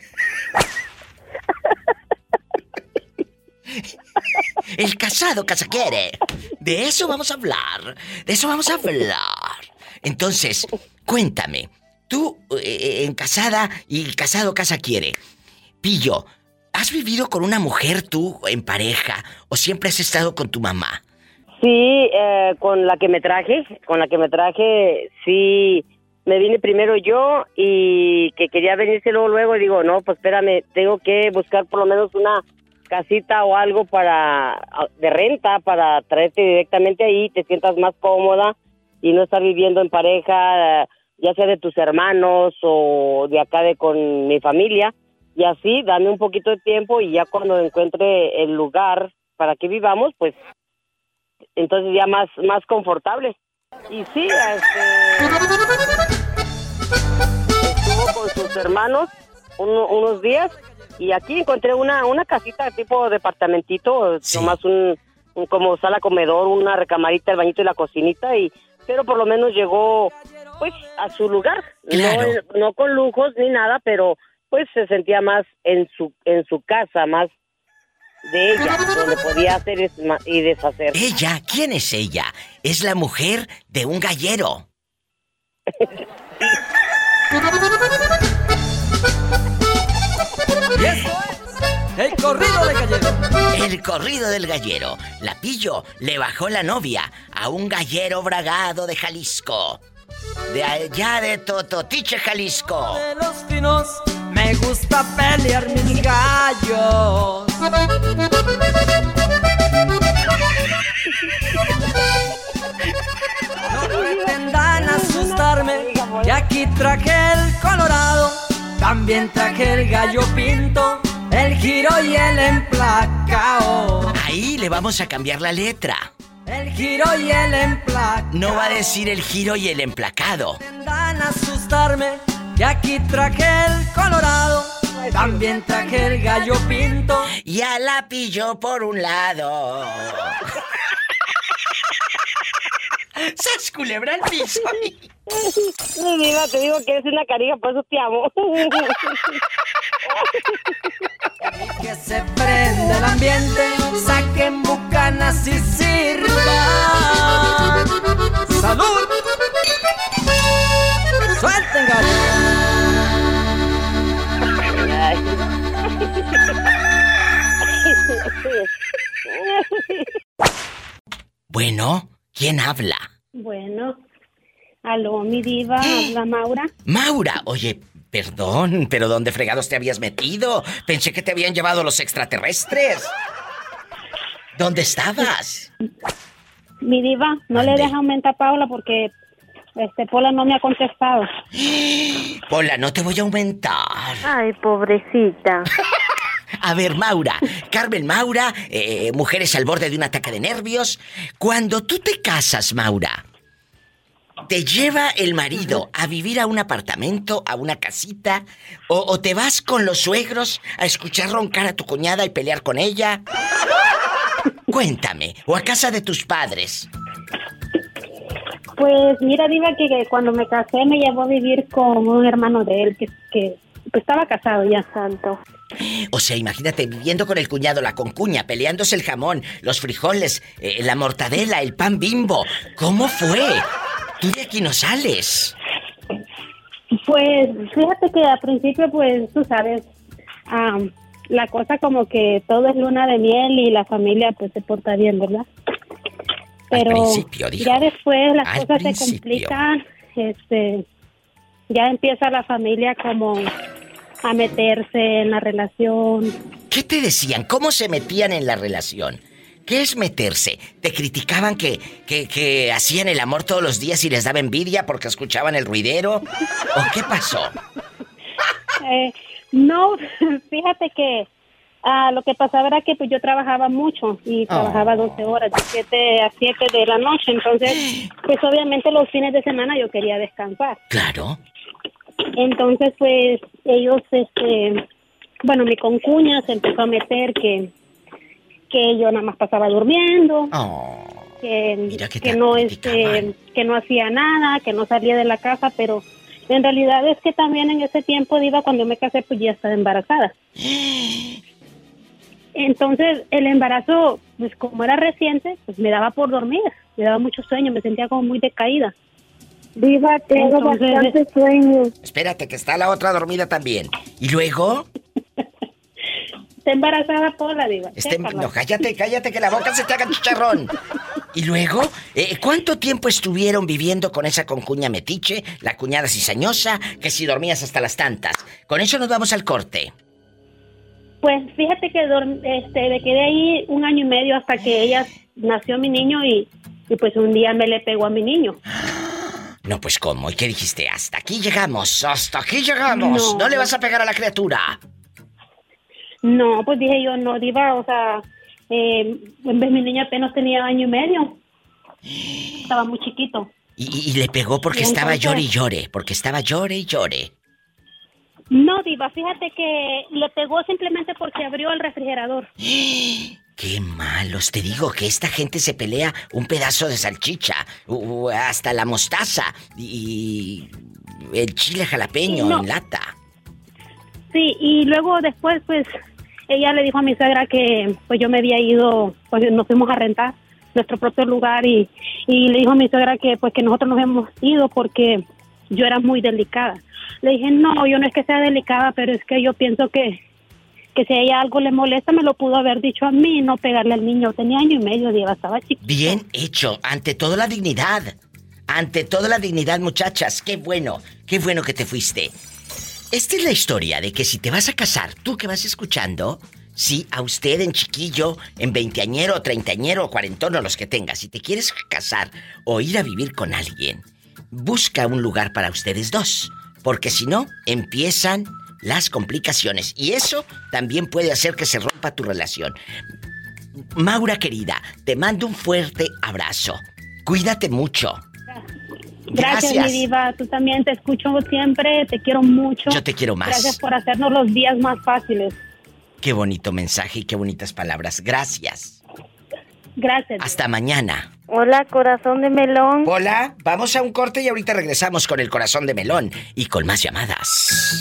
El casado casa quiere. De eso vamos a hablar. De eso vamos a hablar. Entonces, cuéntame. Tú, eh, en casada y casado casa quiere. Pillo, ¿has vivido con una mujer tú en pareja o siempre has estado con tu mamá? Sí, eh, con la que me traje, con la que me traje, sí, me vine primero yo y que quería venirse luego, luego, digo, no, pues espérame, tengo que buscar por lo menos una casita o algo para de renta para traerte directamente ahí, te sientas más cómoda y no estar viviendo en pareja, ya sea de tus hermanos o de acá de con mi familia. Y así, dame un poquito de tiempo y ya cuando encuentre el lugar para que vivamos, pues, entonces ya más, más confortable. Y sí, este, estuvo con sus hermanos uno, unos días y aquí encontré una, una casita tipo departamentito, sí. Nomás un, un como sala comedor, una recamarita, el bañito y la cocinita, y pero por lo menos llegó, pues, a su lugar. Claro. No, no con lujos ni nada, pero pues se sentía más en su en su casa, más de ella, donde podía hacer y deshacer. ¿Ella? ¿Quién es ella? Es la mujer de un gallero. Y eso es el corrido del gallero. El corrido del gallero. La Pillo le bajó la novia a un gallero bragado de Jalisco. De allá de Tototiche, Jalisco. De los finos me gusta pelear mis gallos. No pretendan asustarme, que aquí traje el colorado. También traje el gallo pinto, el giro y el emplacao. Ahí le vamos a cambiar la letra. El giro y el emplacado. No va a decir el giro y el emplacado. No pretendan asustarme, que aquí traje el colorado. También traje el gallo pinto. Y a la Pillo por un lado. ¡Sas, culebra al piso! Mi diva, te digo que eres una cariga, por eso te amo. Y que se prende el ambiente, saquen bucanas y sirvan. ¡Salud! ¡Suelten, gallo! Bueno, ¿quién habla? Bueno, aló, mi diva, habla Maura. Maura, oye, perdón, pero ¿dónde fregados te habías metido? Pensé que te habían llevado los extraterrestres. ¿Dónde estabas? Mi diva, no ¿Dónde? Le deja aumentar a Paula porque este Pola no me ha contestado. Pola, no te voy a aumentar. Ay, pobrecita. A ver, Maura, Carmen Maura, eh, mujeres al borde de un ataque de nervios. Cuando tú te casas, Maura, ¿te lleva el marido a vivir a un apartamento, a una casita? ¿O, o te vas con los suegros a escuchar roncar a tu cuñada y pelear con ella? Cuéntame, ¿o a casa de tus padres? Pues mira, Diva, que, que cuando me casé me llevó a vivir con un hermano de él que, que, que estaba casado ya. Santo. O sea, imagínate viviendo con el cuñado, la concuña, peleándose el jamón, los frijoles, eh, la mortadela, el pan Bimbo. ¿Cómo fue? Tú de aquí no sales. Pues fíjate que al principio, pues tú sabes, um, la cosa como que todo es luna de miel y la familia pues se porta bien, ¿verdad? Pero al principio, dijo. Ya después las Al cosas principio. se complican, este, ya empieza la familia como a meterse en la relación. ¿Qué te decían? ¿Cómo se metían en la relación? ¿Qué es meterse? ¿Te criticaban que, que, que hacían el amor todos los días y les daba envidia porque escuchaban el ruidero? ¿O qué pasó? Eh, no, fíjate que ah, lo que pasaba era que pues yo trabajaba mucho y Oh. trabajaba doce horas, de siete a siete de la noche, entonces pues obviamente los fines de semana yo quería descansar. Claro. Entonces pues ellos, este, bueno, mi concuña se empezó a meter que, que yo nada más pasaba durmiendo. Oh. que, que que te no este que no hacía nada, que no salía de la casa, pero en realidad es que también en ese tiempo, Diva, cuando me casé, pues ya estaba embarazada. Entonces, el embarazo, pues como era reciente, pues me daba por dormir, me daba mucho sueño, me sentía como muy decaída. Diva, tengo Entonces, bastante sueño. Espérate, que está la otra dormida también. ¿Y luego? Está embarazada por la Diva. Este, Chécala. no, cállate, cállate, que la boca se te haga chicharrón. ¿Y luego? Eh, ¿Cuánto tiempo estuvieron viviendo con esa concuña metiche, la cuñada cizañosa, que si dormías hasta las tantas? Con eso nos vamos al corte. Pues fíjate que dorm- este, me quedé ahí un año y medio hasta que ella nació mi niño y, y pues un día me le pegó a mi niño. No, pues ¿cómo? ¿Y qué dijiste? Hasta aquí llegamos, hasta aquí llegamos. No, No. le vas a pegar a la criatura. No, pues dije yo, no, Diva, o sea, eh, mi niño apenas tenía año y medio. Estaba muy chiquito. Y, y- y le pegó porque Y estaba entonces- llore y llore, porque estaba llore y llore. No, Diva, fíjate que le pegó simplemente porque abrió el refrigerador. ¡Qué malos! Te digo que esta gente se pelea un pedazo de salchicha, u- u- hasta la mostaza y el chile jalapeño No. en lata. Sí, y luego después, pues, ella le dijo a mi suegra que pues yo me había ido, pues nos fuimos a rentar nuestro propio lugar y, y le dijo a mi suegra que pues que nosotros nos hemos ido porque yo era muy delicada. Le dije, no, yo no es que sea delicada, pero es que yo pienso que, que si a ella algo le molesta, me lo pudo haber dicho a mí, no pegarle al niño. Tenía año y medio, Diva, estaba chiquito. Bien hecho, ante todo la dignidad. Ante todo la dignidad, muchachas. Qué bueno, qué bueno que te fuiste. Esta es la historia de que si te vas a casar, tú que vas escuchando, si a usted en chiquillo, en veinteañero, treintañero o cuarentón o los que tengas, si te quieres casar o ir a vivir con alguien, busca un lugar para ustedes dos, porque si no, empiezan las complicaciones y eso también puede hacer que se rompa tu relación. Maura querida, te mando un fuerte abrazo. Cuídate mucho. Gracias, Gracias. mi Diva. Tú también te escucho siempre, te quiero mucho. Yo te quiero más. Gracias por hacernos los días más fáciles. Qué bonito mensaje y qué bonitas palabras. Gracias. Gracias. Hasta mañana. Hola, corazón de melón. Hola, vamos a un corte y ahorita regresamos con el corazón de melón y con más llamadas.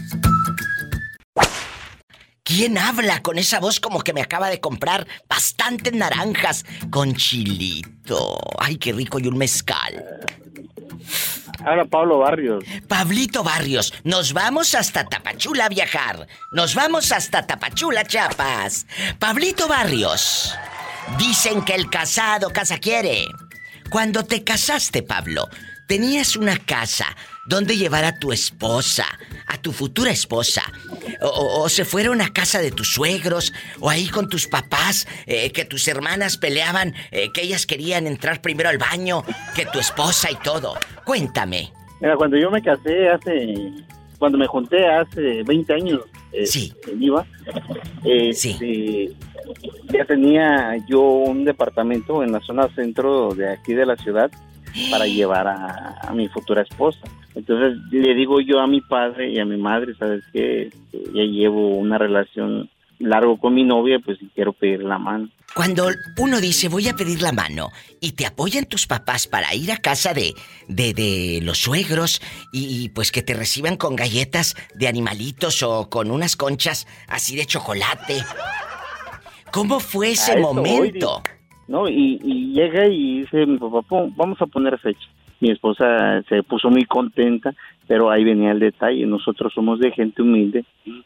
¿Quién habla con esa voz como que me acaba de comprar bastantes naranjas con chilito? Ay, qué rico, y un mezcal. Habla Pablo Barrios. Pablito Barrios, nos vamos hasta Tapachula a viajar. Nos vamos hasta Tapachula, Chiapas. Pablito Barrios, dicen que el casado casa quiere. Cuando te casaste, Pablo, tenías una casa donde llevar a tu esposa, a tu futura esposa, o, o- o se fueron a casa de tus suegros, o ahí con tus papás, eh, que tus hermanas peleaban, eh, que ellas querían entrar primero al baño, que tu esposa y todo. Cuéntame. Mira, cuando yo me casé hace... Cuando me junté hace veinte años, eh, Sí. en I V A, eh, este, ya tenía yo un departamento en la zona centro de aquí de la ciudad para llevar a, a mi futura esposa. Entonces le digo yo a mi padre y a mi madre, ¿sabes qué? Este, ya llevo una relación largo con mi novia, pues quiero pedir la mano. Cuando uno dice voy a pedir la mano y te apoyan tus papás para ir a casa de, de, de los suegros y, y pues que te reciban con galletas de animalitos o con unas conchas así de chocolate. ¿Cómo fue ese A eso momento? voy, no, y, y llega y dice mi papá, "Pon- vamos a poner fecha". Mi esposa se puso muy contenta, pero ahí venía el detalle. Nosotros somos de gente humilde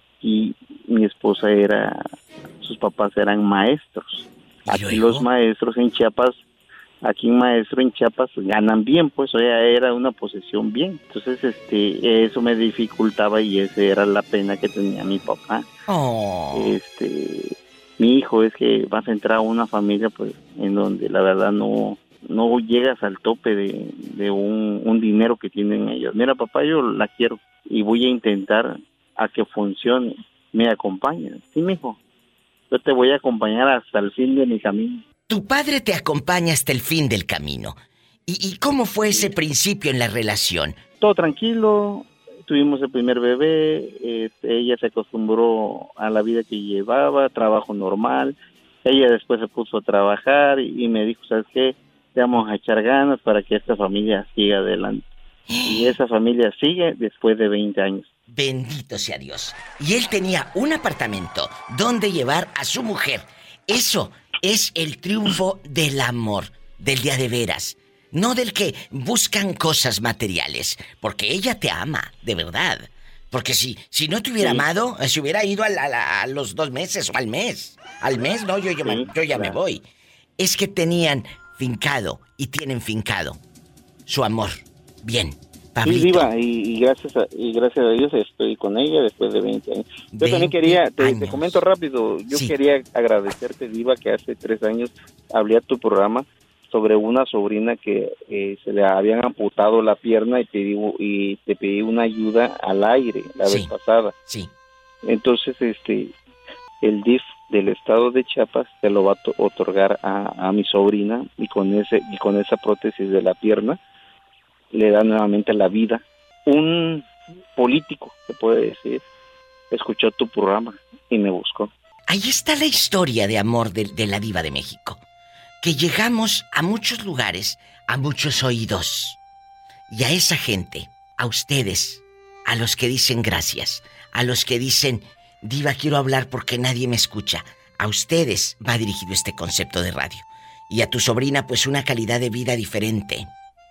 y mi esposa era, sus papás eran maestros. Aquí los maestros en Chiapas, aquí un maestro en Chiapas ganan bien, pues, o sea, era una posesión bien. Entonces, este, eso me dificultaba y esa era la pena que tenía mi papá. Oh. Este, mi hijo es que vas a entrar a una familia, pues, en donde la verdad no, no llegas al tope de, de un, un dinero que tienen ellos. Mira, papá, yo la quiero y voy a intentar a que funcione. ¿Me acompañas? Sí, mijo. Yo te voy a acompañar hasta el fin de mi camino. Tu padre te acompaña hasta el fin del camino. ¿Y, y cómo fue ese principio en la relación? Todo tranquilo, tuvimos el primer bebé, este, ella se acostumbró a la vida que llevaba, trabajo normal. Ella después se puso a trabajar y, y me dijo, ¿sabes qué? Te vamos a echar ganas para que esta familia siga adelante. Y esa familia sigue después de veinte años. Bendito sea Dios. Y él tenía un apartamento donde llevar a su mujer. Eso es el triunfo del amor, del día de veras. No del que buscan cosas materiales. Porque ella te ama, de verdad. Porque si, si no te hubiera Sí. amado, se hubiera ido a, la- a los dos meses o al mes. Al mes, no, yo, yo, me- Sí, yo ya me claro. voy. Es que tenían fincado y tienen fincado su amor. Bien, Pablito. Sí, Diva, y, y gracias a, y gracias a Dios estoy con ella después de veinte años. Yo también quería, te, te comento rápido, yo Sí. quería agradecerte, Diva, que hace tres años hablé a tu programa sobre una sobrina que eh, se le habían amputado la pierna y, pedí, y te pedí una ayuda al aire la Sí. vez pasada. Sí. Entonces, este, el D I F del estado de Chiapas te lo va a to- otorgar a, a mi sobrina y con ese y con esa prótesis de la pierna le da nuevamente la vida. Un político, se puede decir, escuchó tu programa y me buscó. Ahí está la historia de amor de, de la Diva de México. Que llegamos a muchos lugares, a muchos oídos. Y a esa gente, a ustedes, a los que dicen gracias, a los que dicen, Diva, quiero hablar porque nadie me escucha. A ustedes va dirigido este concepto de radio. Y a tu sobrina, pues una calidad de vida diferente.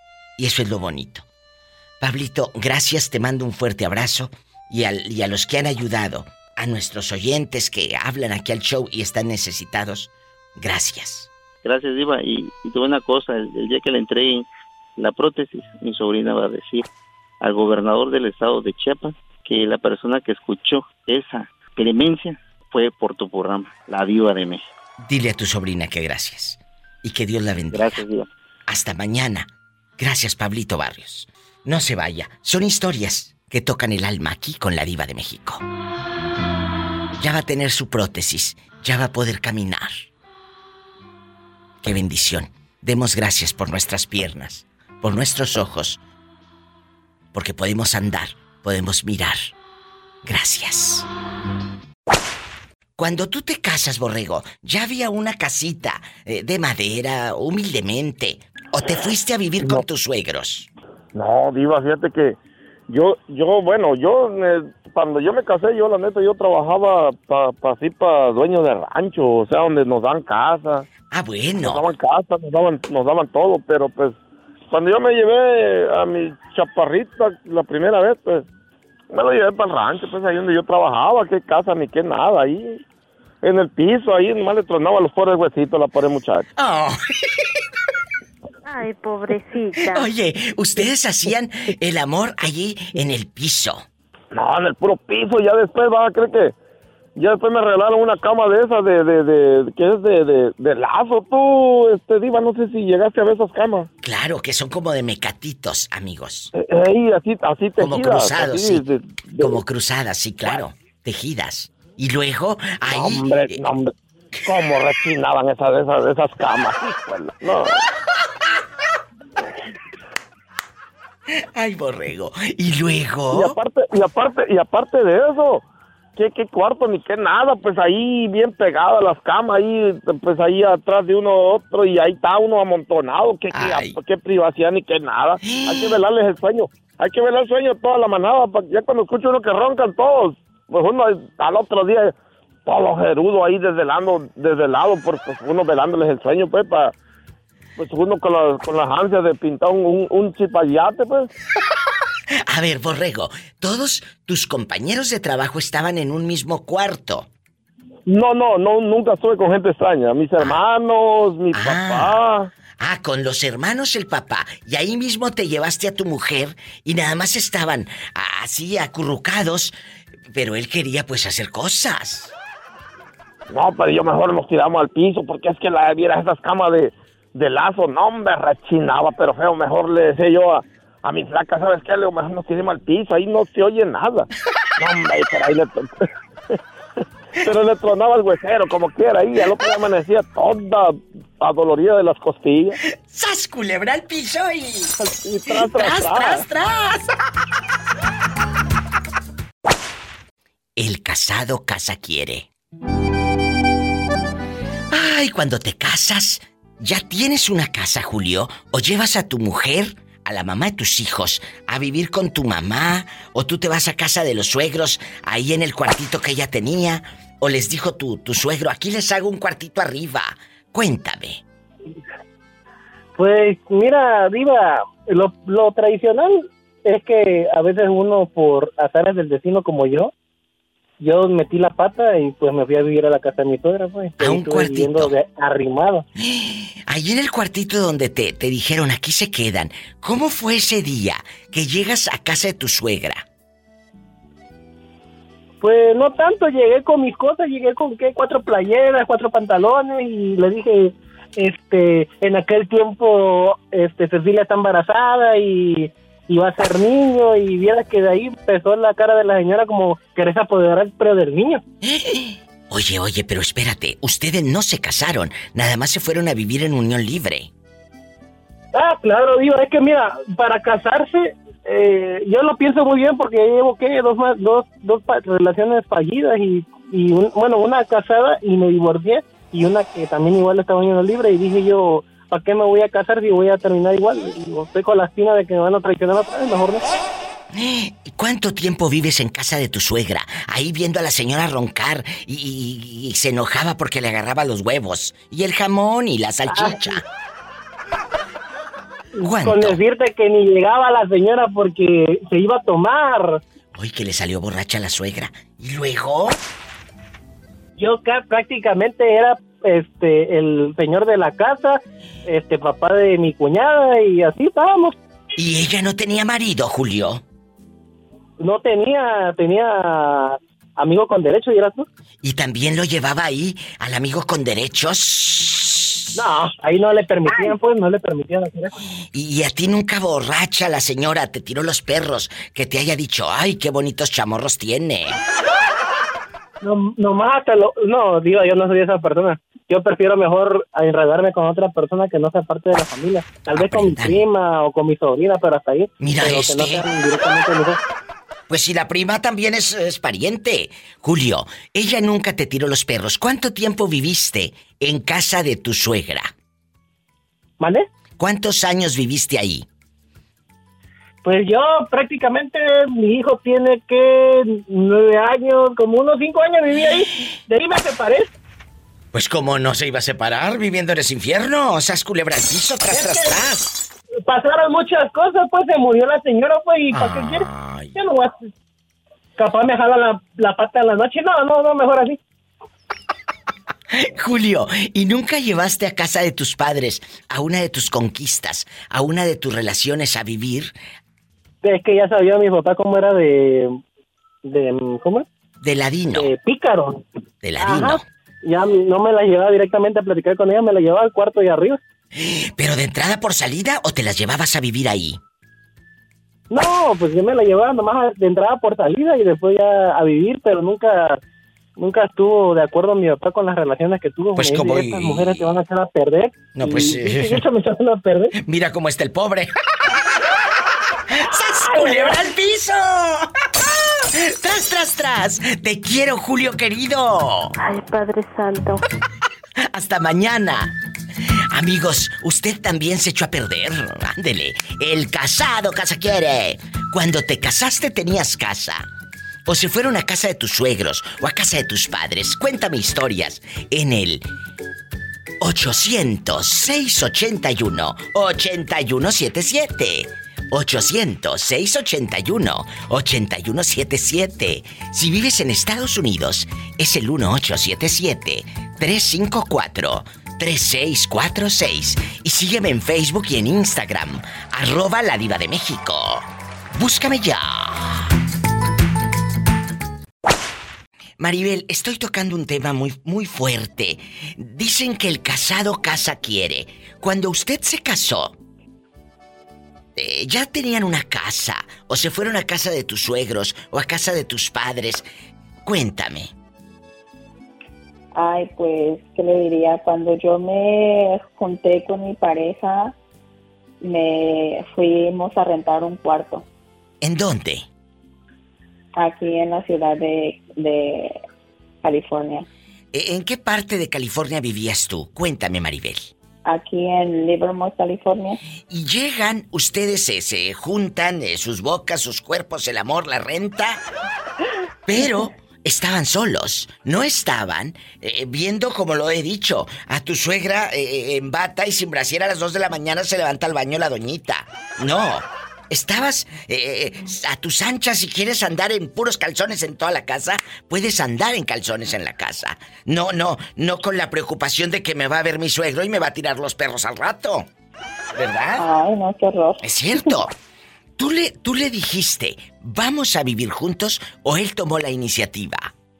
Y eso es lo bonito. Pablito, gracias, te mando un fuerte abrazo. Y, al, y a los que han ayudado, a nuestros oyentes que hablan aquí al show y están necesitados, gracias. Gracias, Diva. Y, y te digo una cosa, el, el día que le entreguen la prótesis, mi sobrina va a decir al gobernador del estado de Chiapas que la persona que escuchó esa clemencia fue por tu programa, La Diva de México. Dile a tu sobrina que gracias. Y que Dios la bendiga. Gracias, Diva. Hasta mañana. Gracias, Pablito Barrios. No se vaya. Son historias que tocan el alma aquí con la Diva de México. Ya va a tener su prótesis. Ya va a poder caminar. Qué bendición. Demos gracias por nuestras piernas, por nuestros ojos, porque podemos andar, podemos mirar. Gracias. Cuando tú te casas, Borrego, ¿ya había una casita eh, de madera, humildemente? ¿O te fuiste a vivir con tus suegros? No, Diva, fíjate que yo, yo, bueno, yo, eh, cuando yo me casé, yo, la neta, yo trabajaba pa, pa, así para dueños de rancho, o sea, donde nos dan casa. Ah, bueno. Nos daban casa, nos daban, nos daban todo, pero pues, cuando yo me llevé a mi chaparrita la primera vez, pues, me lo llevé para el rancho, pues, ahí donde yo trabajaba, qué casa ni qué nada, ahí, en el piso, ahí, nomás le tronaba los pobres huesitos a la pobre muchacha. Oh. Ay, pobrecita. Oye, ¿ustedes hacían el amor allí en el piso? No, en el puro piso, ya después, va, creo que, ya después me regalaron una cama de esas, de, de, de, que es de, de, de lazo, tú, este, Diva, no sé si llegaste a ver esas camas. Claro, que son como de mecatitos, amigos. Eh, eh, así, así tejidas. Como cruzados, así, sí. de- de- Como cruzadas, sí, claro. Tejidas. Y luego, ahí... No, hombre, no, hombre, cómo rechinaban esas, esas, esas camas, híjole, no. Ay, Borrego. Y luego... Y aparte, y aparte, y aparte de eso, qué, qué cuarto ni qué nada, pues ahí bien pegado a las camas, ahí, pues ahí atrás de uno otro, y ahí está uno amontonado, qué, qué, qué privacidad ni qué nada. Hay que velarles el sueño, hay que velar el sueño toda la manada, ya cuando escucho uno que roncan todos, pues uno al otro día, todos los gerudos ahí desde el lado, desde el lado, pues uno velándoles el sueño, pues, para, pues uno con, la, con las ansias de pintar un, un, un chipayate, pues. A ver, Borrego, ¿todos tus compañeros de trabajo estaban en un mismo cuarto? No, no, no, nunca estuve con gente extraña. Mis hermanos, mi ah. papá. Ah, con los hermanos, el papá. Y ahí mismo te llevaste a tu mujer y nada más estaban así acurrucados, pero él quería pues hacer cosas. No, pero yo mejor nos tiramos al piso porque es que la vieras esas camas de, de lazo, no, me rechinaba, pero feo, mejor le decía yo a... A mi flaca, ¿sabes qué? Le digo, mejor nos tiremos al piso, ahí no se oye nada. No, hombre, pero ahí le... pero le tronaba el huesero, como quiera, ahí al otro día amanecía toda adolorida de las costillas. ¡Sas, culebra al piso y... y tras, tras, tras, tras, tras! El casado casa quiere. Ay, cuando te casas, ¿ya tienes una casa, Julio? ¿O llevas a tu mujer... a la mamá de tus hijos a vivir con tu mamá, o tú te vas a casa de los suegros ahí en el cuartito que ella tenía, o les dijo tu, tu suegro, aquí les hago un cuartito arriba? Cuéntame. Pues mira, Diva, lo, lo tradicional es que a veces uno por azares del destino como yo, yo metí la pata y pues me fui a vivir a la casa de mi suegra, pues. A un cuartito. De arrimado. Ahí en el cuartito donde te, te dijeron, aquí se quedan. ¿Cómo fue ese día que llegas a casa de tu suegra? Pues no tanto, llegué con mis cosas, llegué con ¿qué? Cuatro playeras, cuatro pantalones y le dije, este, en aquel tiempo, este, Cecilia está embarazada y... iba a ser niño y viera que de ahí empezó la cara de la señora como querés apoderar pero del niño. Oye, oye, pero espérate, ustedes no se casaron, nada más se fueron a vivir en unión libre. Ah, claro, digo, es que mira, para casarse, eh, yo lo pienso muy bien porque llevo, ¿qué? Dos, más, dos, dos pa- relaciones fallidas y, y un, bueno, una casada y me divorcié y una que también igual estaba en unión libre y dije yo... ¿para qué me voy a casar si voy a terminar igual? Estoy con la espina de que me van a traicionar otra vez, mejor no. ¿Cuánto tiempo vives en casa de tu suegra? Ahí viendo a la señora roncar y, y, y se enojaba porque le agarraba los huevos. Y el jamón y la salchicha. ¿Cuánto? Con decirte que ni llegaba la señora porque se iba a tomar. Uy, que le salió borracha a la suegra. ¿Y luego? Yo acá prácticamente era... este el señor de la casa, este papá de mi cuñada y así estábamos. ¿Y ella no tenía marido, Julio? No tenía, tenía amigo con derecho, ¿y eras tú? ¿Y también lo llevaba ahí al amigo con derechos? No, ahí no le permitían, pues, no le permitían hacer eso. ¿Y, y a ti nunca borracha la señora te tiró los perros que te haya dicho, ay, qué bonitos chamorros tiene? No, nomás hasta lo... No, digo, yo no soy esa persona. Yo prefiero mejor enredarme con otra persona que no sea parte de la familia. Tal vez con mi prima o con mi sobrina, pero hasta ahí. Mira pero este. Que no sean directamente mis hijos. Pues si la prima también es, es pariente. Julio, ella nunca te tiró los perros. ¿Cuánto tiempo viviste en casa de tu suegra? ¿Vale? ¿Cuántos años viviste ahí? Pues yo prácticamente, mi hijo tiene que nueve años, como unos cinco años viví ahí. De ahí me separé. Pues cómo no se iba a separar viviendo en ese infierno. O sea, es culebra al piso, tras, Es tras, que tras. Pasaron muchas cosas, pues se murió la señora, pues, ¿y para qué quieres? Yo no voy a... Capaz me jala la, la pata en la noche. No, no, no, mejor así. Julio, ¿y nunca llevaste a casa de tus padres a una de tus conquistas, a una de tus relaciones a vivir? Es que ya sabía mi papá cómo era de... de ¿cómo es? De ladino. De pícaro. De ladino. Ajá. Ya no me la llevaba directamente a platicar con ella, me la llevaba al cuarto de arriba. ¿Pero de entrada por salida o te las llevabas a vivir ahí? No, pues yo me la llevaba nomás de entrada por salida y después ya a vivir, pero nunca nunca estuvo de acuerdo mi papá con las relaciones que tuvo. Pues me como... dice, estas mujeres te van a echar a perder. No, pues... Y, y eso me echaron a perder. Mira cómo está el pobre. ¡Sas, culebra al piso! ¡Tras, tras, tras! ¡Te quiero, Julio querido! Ay, Padre Santo. Hasta mañana. Amigos, usted también se echó a perder. Ándele. El casado casa quiere. Cuando te casaste tenías casa. O se fueron a casa de tus suegros o a casa de tus padres. Cuéntame historias en el ochocientos, seiscientos ochenta y uno, ochenta y uno setenta y siete. ochocientos, seiscientos ochenta y uno, ochenta y uno setenta y siete. Si vives en Estados Unidos, es el uno ocho siete siete, tres cinco cuatro, tres seis cuatro seis. Y sígueme en Facebook y en Instagram, arroba La Diva de México. Búscame ya. Maribel, estoy tocando un tema muy, muy fuerte. Dicen que el casado casa quiere. Cuando usted se casó, eh, ¿ya tenían una casa? ¿O se fueron a casa de tus suegros o a casa de tus padres? Cuéntame. Ay, pues, ¿qué le diría? Cuando yo me junté con mi pareja, me fuimos a rentar un cuarto. ¿En dónde? Aquí en la ciudad de, de California. ¿En qué parte de California vivías tú? Cuéntame, Maribel. Aquí en Livermore, California. Y llegan, ustedes se, se juntan, eh, sus bocas, sus cuerpos, el amor, la renta. Pero estaban solos. No estaban eh, viendo, como lo he dicho, a tu suegra eh, en bata y sin brasier a las dos de la mañana se levanta al baño la doñita. No. Estabas eh, a tus anchas. Si quieres andar en puros calzones en toda la casa, puedes andar en calzones en la casa. No, no, no con la preocupación de que me va a ver mi suegro y me va a tirar los perros al rato. ¿Verdad? Ay, no, qué horror. Es cierto. ¿Tú le, tú le dijiste, vamos a vivir juntos, o él tomó la iniciativa?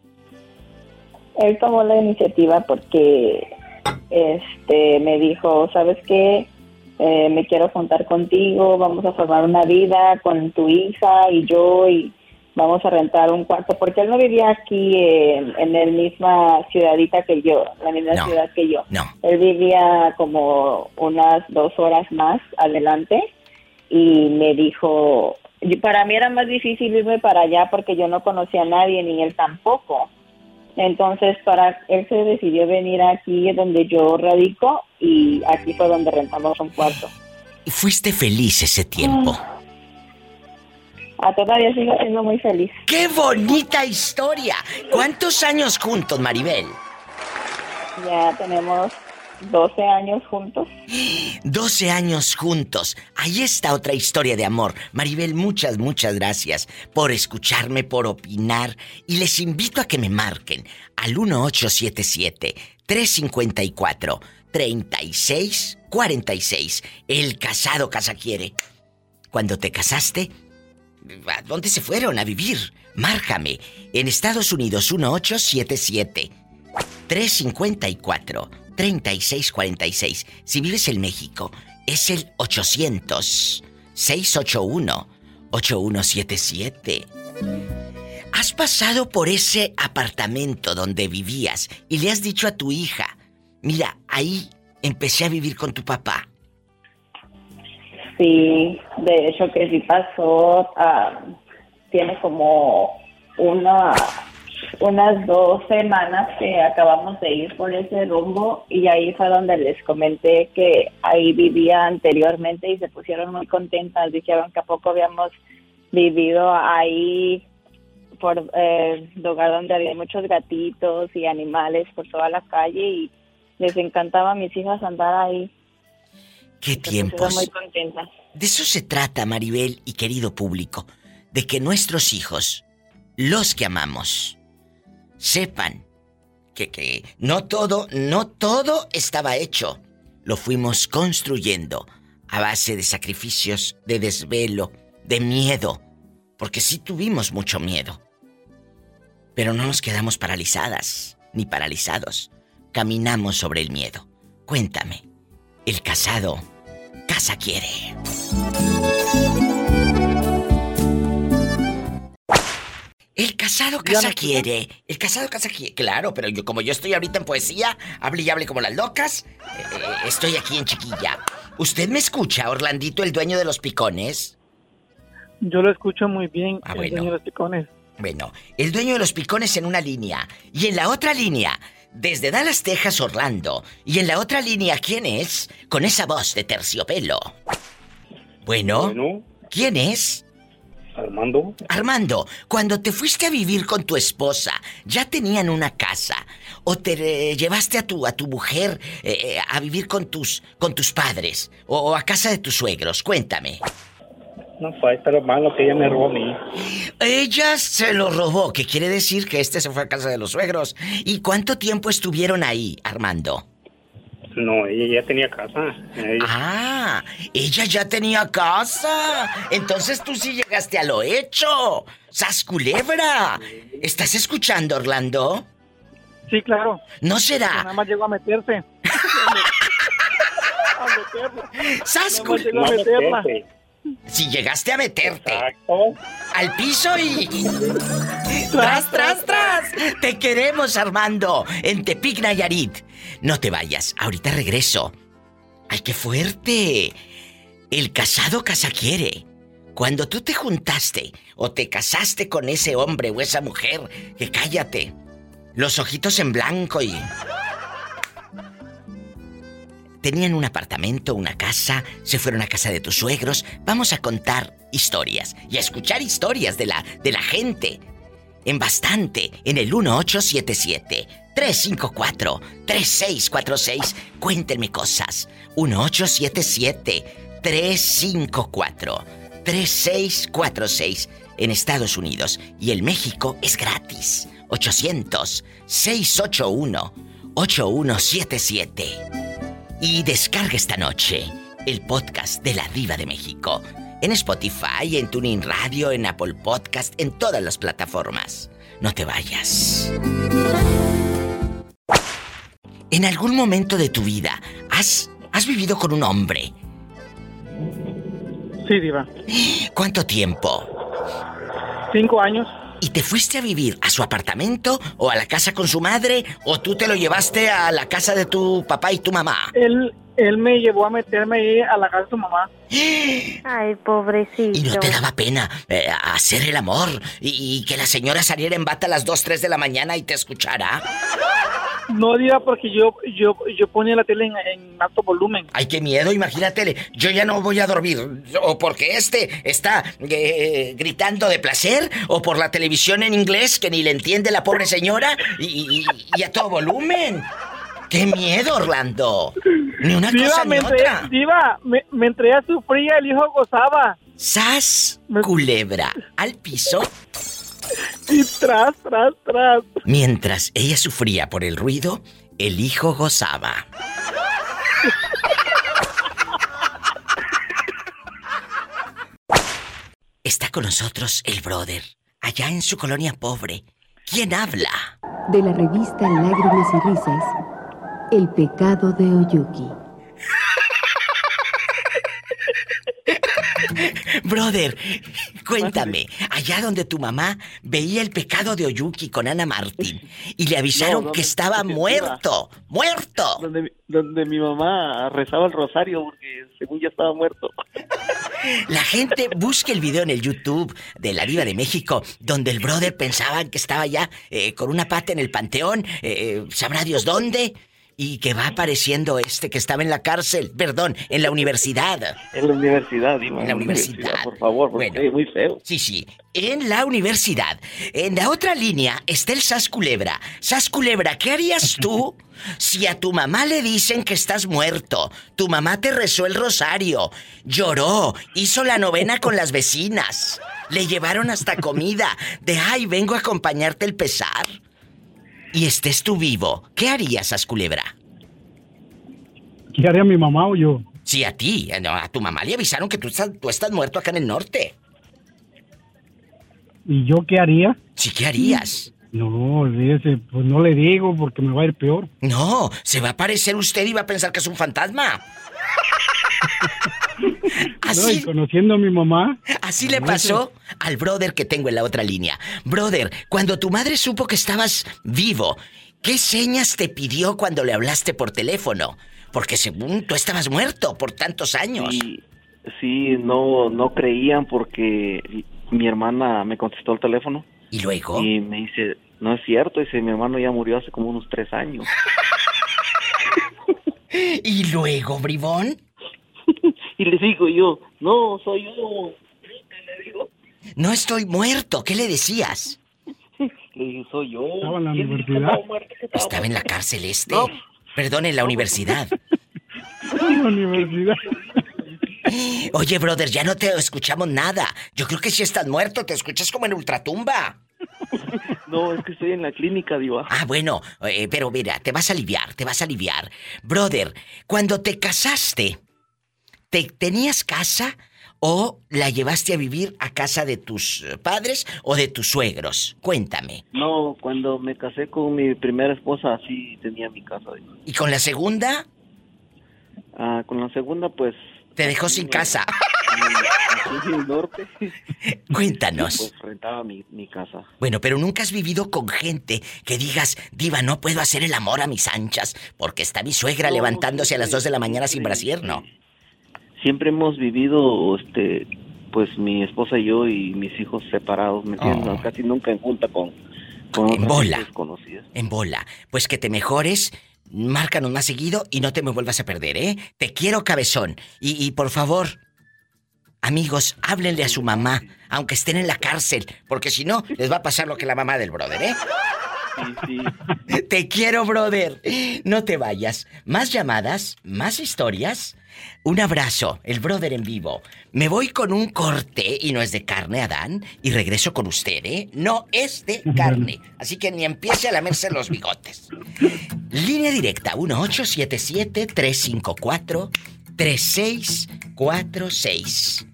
Él tomó la iniciativa porque este me dijo, ¿sabes qué? Eh, me quiero juntar contigo, vamos a formar una vida con tu hija y yo, y vamos a rentar un cuarto, porque él no vivía aquí eh, en la misma ciudadita que yo, la misma no, ciudad que yo. No. Él vivía como unas dos horas más adelante y me dijo, y para mí era más difícil irme para allá porque yo no conocía a nadie, ni él tampoco. Entonces, para él se decidió venir aquí donde yo radico y aquí fue donde rentamos un cuarto. ¿Fuiste feliz ese tiempo? Ah, todavía sigo siendo muy feliz. ¡Qué bonita historia! ¿Cuántos años juntos, Maribel? Ya tenemos doce años juntos. doce años juntos. Ahí está otra historia de amor. Maribel, muchas, muchas gracias por escucharme, por opinar. Y les invito a que me marquen al uno ocho siete siete, tres cinco cuatro, tres seis cuatro seis. El casado casa quiere. Cuando te casaste, ¿a dónde se fueron a vivir? Márcame. En Estados Unidos, uno ocho siete siete, tres cinco cuatro, tres seis cuatro seis. Si vives en México, es el ochocientos, seiscientos ochenta y uno, ochenta y uno setenta y siete. ¿Has pasado por ese apartamento donde vivías y le has dicho a tu hija, mira, ahí empecé a vivir con tu papá? Sí, de hecho que sí pasó. Uh, tiene como una... unas dos semanas que acabamos de ir por ese rumbo y ahí fue donde les comenté que ahí vivía anteriormente y se pusieron muy contentas. Dijeron que a poco habíamos vivido ahí por eh, lugar donde había muchos gatitos y animales por toda la calle y les encantaba a mis hijas andar ahí. ¡Qué tiempos! Muy contentas. De eso se trata, Maribel y querido público, de que nuestros hijos, los que amamos, sepan que, que no todo, no todo estaba hecho. Lo fuimos construyendo a base de sacrificios, de desvelo, de miedo. Porque sí tuvimos mucho miedo. Pero no nos quedamos paralizadas, ni paralizados. Caminamos sobre el miedo. Cuéntame, el casado, casa quiere. El casado casa quiere. El casado casa quiere. Claro, pero yo como yo estoy ahorita en poesía, hable y hable como las locas, eh, estoy aquí en chiquilla. ¿Usted me escucha, Orlandito, el dueño de los picones? Yo lo escucho muy bien, ah, el bueno. dueño de los picones. Bueno, el dueño de los picones en una línea. Y en la otra línea, desde Dallas, Texas, Orlando. Y en la otra línea, ¿quién es? Con esa voz de terciopelo. Bueno, bueno. ¿quién es? Armando. Armando, cuando te fuiste a vivir con tu esposa, ¿ya tenían una casa? ¿O te eh, llevaste a tu a tu mujer eh, a vivir con tus con tus padres? ¿O, o a casa de tus suegros? Cuéntame. No, pues pero malo que ella me robó a mí. Ella se lo robó, que quiere decir que este se fue a casa de los suegros. ¿Y cuánto tiempo estuvieron ahí, Armando? No, ella ya tenía casa. Ella... Ah, ella ya tenía casa. Entonces tú sí llegaste a lo hecho. ¡Sas culebra! ¿Estás escuchando, Orlando? Sí, claro. ¿No será? Que nada más llegó a meterse. a meterse. ¡Sas culebra! No meterla. Si llegaste a meterte. Exacto. Al piso y... ¡Tras, tras, tras! Te queremos, Armando, en Tepic, Nayarit. No te vayas, ahorita regreso. ¡Ay, qué fuerte! El casado casa quiere. Cuando tú te juntaste o te casaste con ese hombre o esa mujer, que cállate, los ojitos en blanco y... Tenían un apartamento, una casa, se fueron a casa de tus suegros. Vamos a contar historias y a escuchar historias de la, de la gente. En bastante, en el uno ocho siete siete, tres cinco cuatro, tres seis cuatro seis. Cuéntenme cosas. uno ocho siete siete, tres cinco cuatro, tres seis cuatro seis. En Estados Unidos y en México es gratis. ochocientos, seiscientos ochenta y uno, ochenta y uno setenta y siete. Y descarga esta noche el podcast de La Diva de México. En Spotify, en TuneIn Radio, en Apple Podcast, en todas las plataformas. No te vayas. ¿En algún momento de tu vida has, has vivido con un hombre? Sí, Diva. ¿Cuánto tiempo? Cinco años. ¿Y te fuiste a vivir a su apartamento o a la casa con su madre o tú te lo llevaste a la casa de tu papá y tu mamá? Él, él me llevó a meterme ahí a la casa de su mamá. Ay, pobrecito. ¿Y no te daba pena eh, hacer el amor y, y que la señora saliera en bata a las dos, tres de la mañana y te escuchara? No, Diva, porque yo yo yo ponía la tele en, en alto volumen. Ay, qué miedo, imagínate, yo ya no voy a dormir. O porque este está eh, gritando de placer, o por la televisión en inglés que ni le entiende la pobre señora, y, y, y a todo volumen. ¡Qué miedo, Orlando! Ni una Diva, cosa ni me otra. Entré, Diva, me, me entré a sufrir, el hijo gozaba. ¡Sas! Culebra al piso. Y tras, tras, tras. Mientras ella sufría por el ruido, el hijo gozaba. Está con nosotros el brother, allá en su colonia pobre. ¿Quién habla? De la revista Lágrimas y Risas, El pecado de Oyuki. Brother, cuéntame, allá donde tu mamá veía El pecado de Oyuki con Ana Martín y le avisaron No, que donde- estaba muerto, muerto. Donde, mi- donde mi mamá rezaba el rosario porque según ya estaba muerto. La gente busque el video en el YouTube de La Diva de México, donde el brother pensaba que estaba ya eh, con una pata en el panteón, eh, sabrá Dios dónde, y que va apareciendo este que estaba en la cárcel, perdón, en la universidad. En la universidad, Diva. En la universidad. Por favor, porque Bueno. es muy feo. Sí, sí, en la universidad. En la otra línea está el Sas Culebra. Sas Culebra, ¿qué harías tú si a tu mamá le dicen que estás muerto? Tu mamá te rezó el rosario, lloró, hizo la novena con las vecinas, le llevaron hasta comida, de ay, vengo a acompañarte el pesar. Y estés tú vivo, ¿qué harías, Sas Culebra? ¿Qué haría mi mamá o yo? Si a ti, no, a tu mamá le avisaron que tú estás, tú estás muerto acá en el norte. ¿Y yo qué haría? Sí, ¿qué harías? No, olvídese, pues no le digo porque me va a ir peor. No, se va a aparecer usted y va a pensar que es un fantasma. No, y conociendo a mi mamá... Así le pasó al brother que tengo en la otra línea. Brother, cuando tu madre supo que estabas vivo, ¿qué señas te pidió cuando le hablaste por teléfono? Porque según tú estabas muerto por tantos años. Sí, sí, no, no creían porque mi hermana me contestó el teléfono. ¿Y luego? Y me dice, no es cierto, dice, mi hermano ya murió hace como unos tres años. ¿Y luego, bribón? Y le digo yo, no, soy yo. Le digo. No estoy muerto, ¿qué le decías? Le digo, soy yo. ¿Estaba en la universidad? Estaba en la cárcel este. No. Perdón, en la universidad. En la universidad. Oye, brother, ya no te escuchamos nada. Yo creo que si estás muerto, te escuchas como en ultratumba. No, es que estoy en la clínica, diva. Ah, bueno, eh, pero mira, te vas a aliviar, te vas a aliviar. Brother, cuando te casaste, ¿te tenías casa o la llevaste a vivir a casa de tus padres o de tus suegros? Cuéntame. No, cuando me casé con mi primera esposa, sí tenía mi casa, diva. ¿Y con la segunda? Ah, con la segunda, pues... Te dejó sin casa. Aquí en el norte. Cuéntanos. Pues rentaba mi, mi casa. Bueno, pero nunca has vivido con gente que digas, diva, no puedo hacer el amor a mis anchas porque está mi suegra no, levantándose siempre, a las dos de la mañana sin brasier, ¿no? Siempre hemos vivido, este, pues mi esposa y yo y mis hijos separados, ¿me entiendes? Oh. Casi nunca en junta con, con en bola. Desconocidas. En bola. Pues que te mejores. Márcanos más seguido y no te me vuelvas a perder, ¿eh? Te quiero, cabezón. Y, y por favor, amigos, háblenle a su mamá, aunque estén en la cárcel, porque si no, les va a pasar lo que la mamá del brother, ¿eh? Sí, sí. Te quiero, brother. No te vayas. Más llamadas, más historias. Un abrazo, el brother en vivo. Me voy con un corte y no es de carne, Adán, y regreso con usted, ¿eh? No es de carne, así que ni empiece a lamerse los bigotes. Línea directa uno ocho siete siete, tres cinco cuatro, tres seis cuatro seis.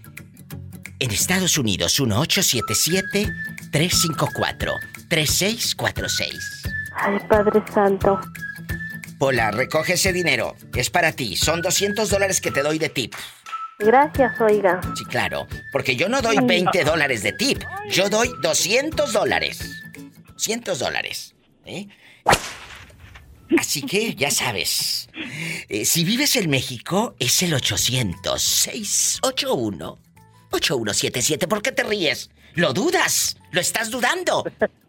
En Estados Unidos uno ocho siete siete, tres cinco cuatro, tres seis cuatro seis. Ay, Padre Santo. Pola, recoge ese dinero. Es para ti. Son doscientos dólares que te doy de tip. Gracias, oiga. Sí, claro. Porque yo no doy veinte dólares de tip. Yo doy doscientos dólares. doscientos dólares. ¿Eh? Así que, ya sabes. Eh, si vives en México, es el ochocientos, seiscientos ochenta y uno, ochenta y uno setenta y siete. ¿Por qué te ríes? ¿Lo dudas? ¿Lo estás dudando?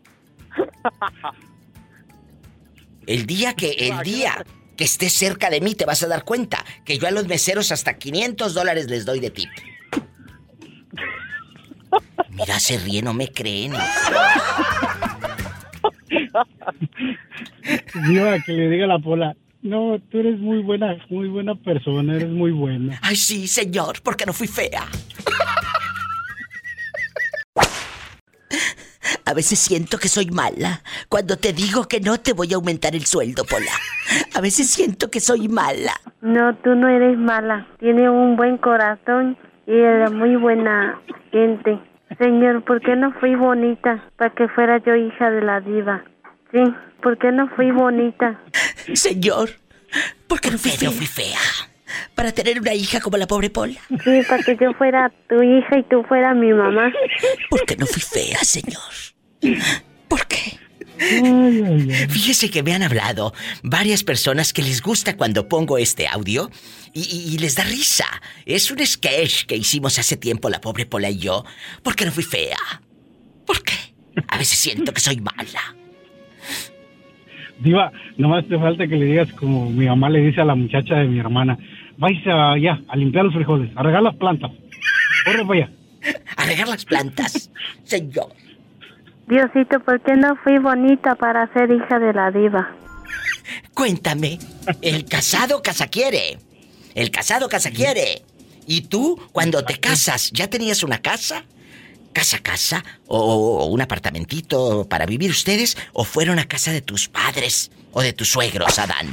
El día que, el día que estés cerca de mí te vas a dar cuenta que yo a los meseros hasta quinientos dólares les doy de tip. Mira, se ríe, no me creen. Diva, que le diga a la Pola, no, tú eres muy buena, muy buena persona, eres muy buena. Ay, sí, señor, porque no fui fea. A veces siento que soy mala cuando te digo que no te voy a aumentar el sueldo, Pola. A veces siento que soy mala. No, tú no eres mala. Tienes un buen corazón y eres muy buena gente. Señor, ¿por qué no fui bonita para que fuera yo hija de la diva? Sí, ¿por qué no fui bonita? Señor, ¿por qué no fui fea? No fui fea. Para tener una hija como la pobre Pola. Sí, para que yo fuera tu hija y tú fueras mi mamá. ¿Por qué no fui fea, señor? ¿Por qué? Ay, ay, ay. Fíjese que me han hablado varias personas que les gusta cuando pongo este audio y, y, y les da risa. Es un sketch que hicimos hace tiempo la pobre Pola y yo. ¿Por qué no fui fea? ¿Por qué? A veces siento que soy mala. Diva, nomás te falta que le digas como mi mamá le dice a la muchacha de mi hermana, váyase allá a limpiar los frijoles, a regar las plantas. Corre para allá. A regar las plantas, señor. Diosito, ¿por qué no fui bonita para ser hija de la diva? Cuéntame, el casado casa quiere. El casado casa quiere. ¿Y tú, cuando te casas, ya tenías una casa? ¿Casa, casa? ¿O, o un apartamentito para vivir ustedes? ¿O fueron a casa de tus padres o de tus suegros, Adán?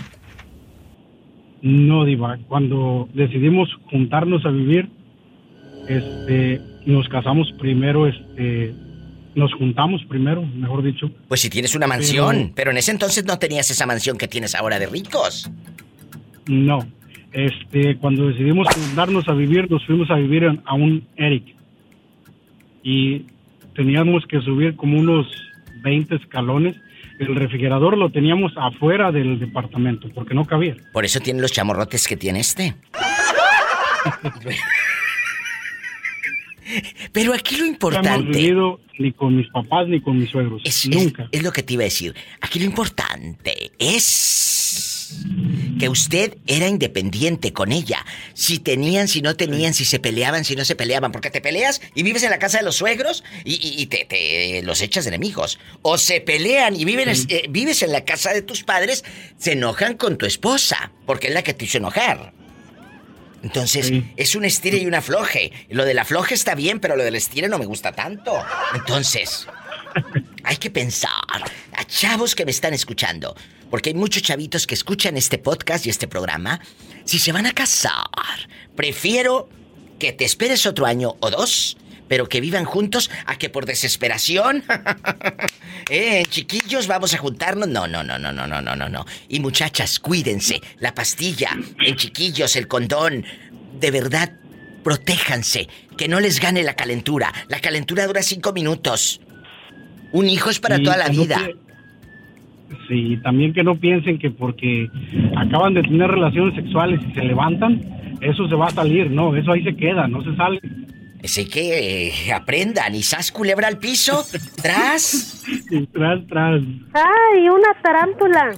No, diva. Cuando decidimos juntarnos a vivir, este, nos casamos primero, este... Nos juntamos primero, mejor dicho. Pues si tienes una mansión, pero, pero en ese entonces no tenías esa mansión que tienes ahora de ricos. No, este, cuando decidimos juntarnos a vivir, nos fuimos a vivir en, a un Eric. Y teníamos que subir como unos veinte escalones. El refrigerador lo teníamos afuera del departamento, porque no cabía. Por eso tiene los chamorrotes que tiene este. Pero aquí lo No importante... hemos vivido ni con mis papás ni con mis suegros. Es, Nunca. Es, es lo que te iba a decir. Aquí lo importante es que usted era independiente con ella. Si tenían, si no tenían, si se peleaban, si no se peleaban. Porque te peleas y vives en la casa de los suegros y, y, y te, te los echas de enemigos. O se pelean y viven, sí. eh, vives en la casa de tus padres, se enojan con tu esposa, porque es la que te hizo enojar. Entonces, sí. es un estire y un afloje. Lo del afloje está bien, pero lo del estire no me gusta tanto. Entonces, hay que pensar. A chavos que me están escuchando, porque hay muchos chavitos que escuchan este podcast y este programa. Si se van a casar, prefiero que te esperes otro año o dos, pero que vivan juntos, a que por desesperación... eh, chiquillos, vamos a juntarnos. No, no, no, no, no, no, no, no, no. Y muchachas, cuídense. La pastilla, en chiquillos, el condón. De verdad, protéjanse. Que no les gane la calentura. La calentura dura cinco minutos. Un hijo es para Sí, toda la es lo vida. que- Sí, también que no piensen que porque acaban de tener relaciones sexuales y se levantan, eso se va a salir. No, eso ahí se queda, no se sale. Así que eh, aprendan. Y sas culebra al piso. Tras. Y tras, tras. ¡Ay, una tarántula!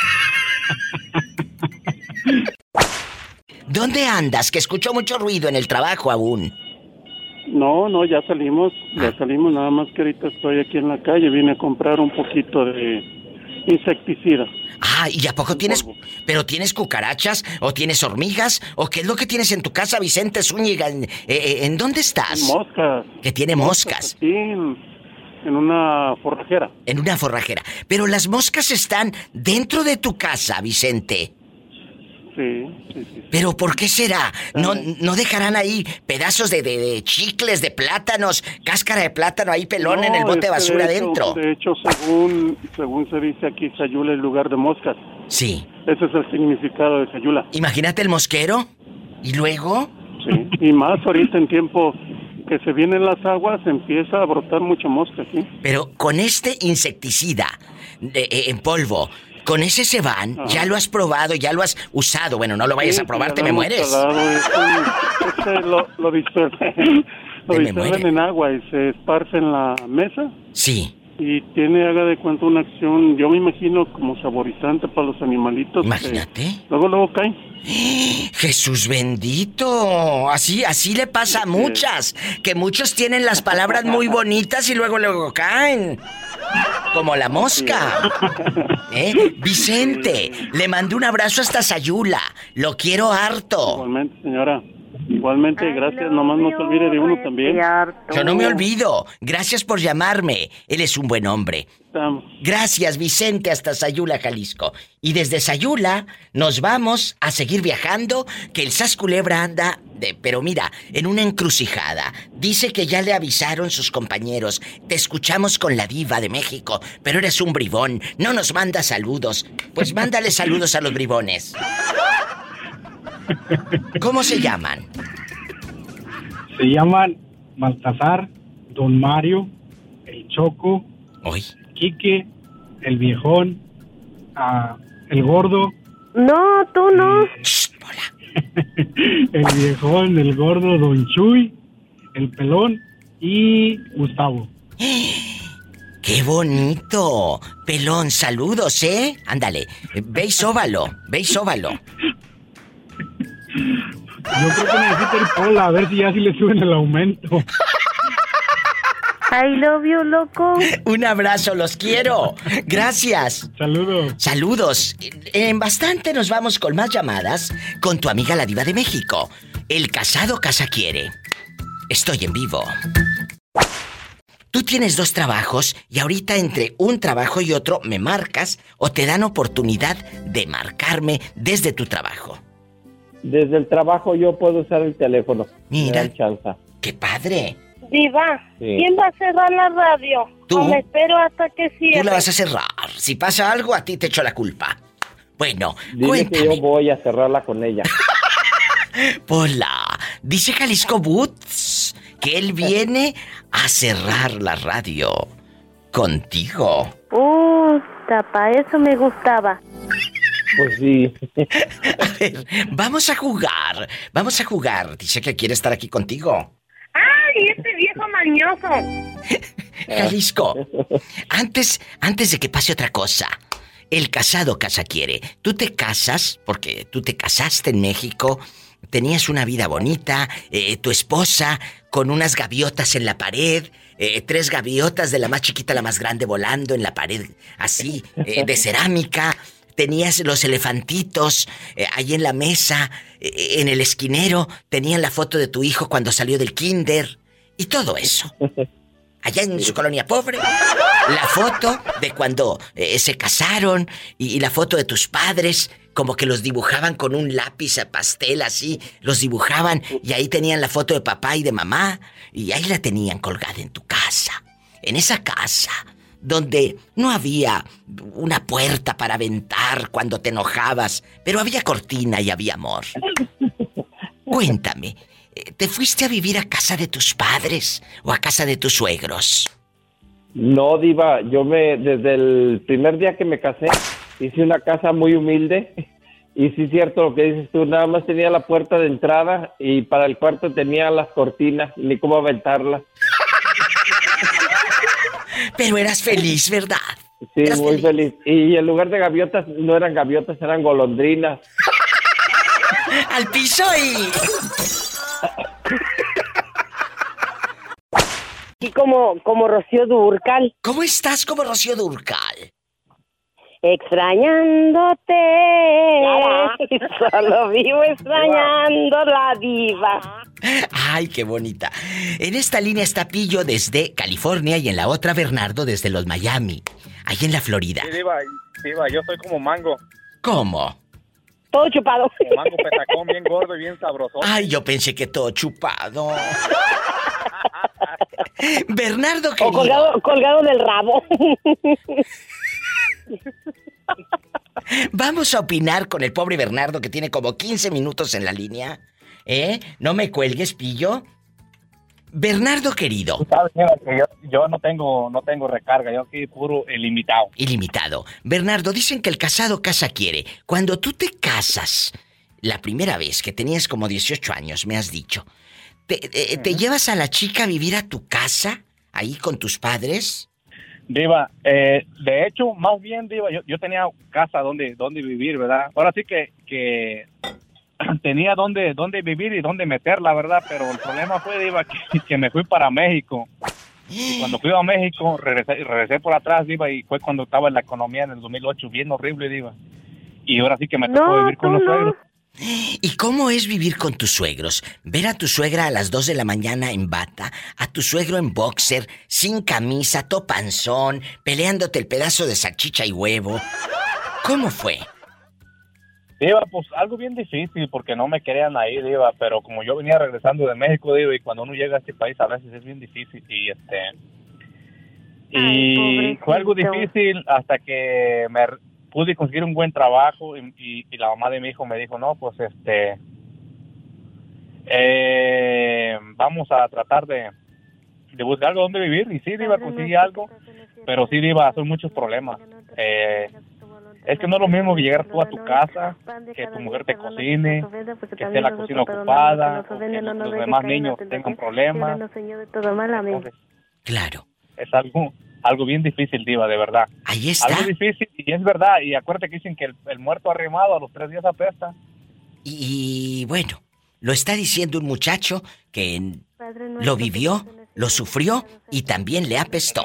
¿Dónde andas? Que escucho mucho ruido en el trabajo aún. No, no, ya salimos, ya salimos, nada más que ahorita estoy aquí en la calle, vine a comprar un poquito de insecticida. Ah, ¿y a poco tienes... pero tienes cucarachas o tienes hormigas o qué es lo que tienes en tu casa, Vicente Zúñiga? ¿En, eh, ¿en dónde estás? Moscas. Que tiene moscas. Aquí en, en una forrajera. En una forrajera. Pero las moscas están dentro de tu casa, Vicente. Sí, sí, sí. ¿Pero por qué será? ¿No, no dejarán ahí pedazos de, de, de chicles, de plátanos, cáscara de plátano ahí pelón No, en el bote de es que basura de hecho- dentro? De hecho, según, según se dice aquí, Sayula es lugar de moscas. Sí. Ese es el significado de Sayula. Imagínate el mosquero. ¿Y luego? Sí. Y más ahorita en tiempo que se vienen las aguas, empieza a brotar mucha mosca, ¿sí? Pero con este insecticida de- eh, en polvo, con ese se van, Ajá. ya lo has probado, ya lo has usado. Bueno, no lo vayas Sí, a probar, ya te lo me hemos mueres. calado, es un- este lo, lo disuelven, lo Te me disuelven muere. en agua y se esparce en la mesa. Sí. Y tiene, haga de cuenta, una acción, yo me imagino, como saborizante para los animalitos. Imagínate. que luego, luego caen. Jesús bendito. Así, así le pasa a muchas. Que muchos tienen las palabras muy bonitas y luego luego caen. Como la mosca. ¿Eh? Vicente, le mandé un abrazo hasta Sayula. Lo quiero harto. Igualmente, señora. Igualmente, gracias. Nomás no se olvide de uno también. Yo no me olvido. Gracias por llamarme. Él es un buen hombre. Gracias, Vicente, hasta Sayula, Jalisco. Y desde Sayula nos vamos a seguir viajando, que el Sas Culebra anda, de, pero mira, en una encrucijada. Dice que ya le avisaron sus compañeros. Te escuchamos con la diva de México, pero eres un bribón. No nos manda saludos. Pues mándale saludos a los bribones. ¿Cómo se llaman? Se llaman Baltasar, Don Mario, El Choco, Hoy. Quique, El Viejón, ah, El Gordo. No, tú no. El Viejón, El Gordo, Don Chuy, El Pelón y Gustavo. ¡Qué bonito! Pelón, saludos, ¿eh? Ándale, ve y sóbalo, ve y sóbalo. Yo creo que necesito ir Pola, a ver si ya sí le suben el aumento. I love you, loco. Un abrazo, los quiero. Gracias. Saludos. Saludos. En bastante nos vamos con más llamadas con tu amiga la diva de México. El casado casa quiere. Estoy en vivo. Tú tienes dos trabajos y ahorita entre un trabajo y otro me marcas o te dan oportunidad de marcarme desde tu trabajo. Desde el trabajo yo puedo usar el teléfono. Mira. Me dan chance. ¡Qué padre! Diva, Sí. ¿quién va a cerrar la radio? ¿Tú? O me espero hasta que cierre. Tú la vas a cerrar. Si pasa algo, a ti te echo la culpa. Bueno, Dile cuéntame. que yo voy a cerrarla con ella. Hola, dice Jalisco Boots que él viene a cerrar la radio contigo. Puta, pa' eso me gustaba. Pues sí. A ver, vamos a jugar, vamos a jugar. Dice que quiere estar aquí contigo. ¡Ay, y este viejo mañoso. Jalisco, antes, antes de que pase otra cosa, el casado casa quiere. Tú te casas, porque tú te casaste en México, tenías una vida bonita, eh, tu esposa con unas gaviotas en la pared, eh, tres gaviotas de la más chiquita a la más grande volando en la pared, así, eh, de cerámica. Tenías los elefantitos eh, ahí en la mesa, eh, en el esquinero, tenían la foto de tu hijo cuando salió del kinder y todo eso. Allá en su colonia pobre, la foto de cuando eh, se casaron y, y la foto de tus padres, como que los dibujaban con un lápiz a pastel así, los dibujaban y ahí tenían la foto de papá y de mamá y ahí la tenían colgada en tu casa. En esa casa donde no había una puerta para aventar cuando te enojabas, pero había cortina y había amor. Cuéntame, ¿te fuiste a vivir a casa de tus padres o a casa de tus suegros? No, diva, yo me, desde el primer día que me casé, hice una casa muy humilde. Y sí es cierto lo que dices tú, nada más tenía la puerta de entrada y para el cuarto tenía las cortinas, ni cómo aventarlas. Pero eras feliz, ¿verdad? Sí, eras muy feliz. feliz. Y en lugar de gaviotas, no eran gaviotas, eran golondrinas. ¡Al piso y...! Y como, como Rocío Dúrcal. ¿Cómo estás como Rocío Dúrcal? Extrañándote, solo vivo extrañando la diva. Ay, qué bonita. En esta línea está Pillo desde California y en la otra Bernardo desde los Miami, ahí en la Florida. Sí, diva, diva, yo soy como mango. ¿Cómo? Todo chupado. Como mango petacón, bien gordo y bien sabroso. Ay, yo pensé que todo chupado. Bernardo, querido. O colgado, colgado del rabo. Vamos a opinar con el pobre Bernardo que tiene como quince minutos en la línea. ¿Eh? No me cuelgues, Pillo. Bernardo, querido. Tú sabes, mira, que yo, yo no tengo no tengo recarga, yo aquí puro ilimitado. Ilimitado. Bernardo, dicen que el casado casa quiere. Cuando tú te casas, la primera vez que tenías como dieciocho años, me has dicho, ¿te, eh, ¿te llevas a la chica a vivir a tu casa, ahí con tus padres? Diva, eh, de hecho, más bien, Diva, yo, yo tenía casa donde, donde vivir, ¿verdad? Ahora sí que, que tenía donde, donde vivir y donde meterla, ¿verdad? Pero el problema fue, Diva, que, que me fui para México. Y cuando fui a México, regresé, regresé por atrás, Diva, y fue cuando estaba en la economía en el dos mil ocho, bien horrible, Diva. Y ahora sí que me tocó no, vivir con los no. suegros. ¿Y cómo es vivir con tus suegros? Ver a tu suegra a las dos de la mañana en bata, a tu suegro en boxer, sin camisa, topanzón, peleándote el pedazo de salchicha y huevo. ¿Cómo fue? Diva, pues algo bien difícil porque no me querían ahí, Diva, pero como yo venía regresando de México, Diva, y cuando uno llega a este país a veces es bien difícil y este... Y Ay, fue algo difícil hasta que me... pude conseguir un buen trabajo y, y, y la mamá de mi hijo me dijo, no, pues este, eh, vamos a tratar de, de buscar algo donde vivir. Y sí, Diva, conseguí algo, pero sí, Diva, son muchos problemas. Eh, es que no es lo mismo que llegar tú a tu casa, que tu mujer te cocine, que esté la cocina ocupada, o que los demás niños tengan problemas. Entonces, claro. Es algo... algo bien difícil, Diva, de verdad. Ahí está. Algo difícil, y es verdad. Y acuérdate que dicen que el, el muerto arrimado a los tres días apesta. Y, y bueno, lo está diciendo un muchacho que lo vivió, lo sufrió y también le apestó.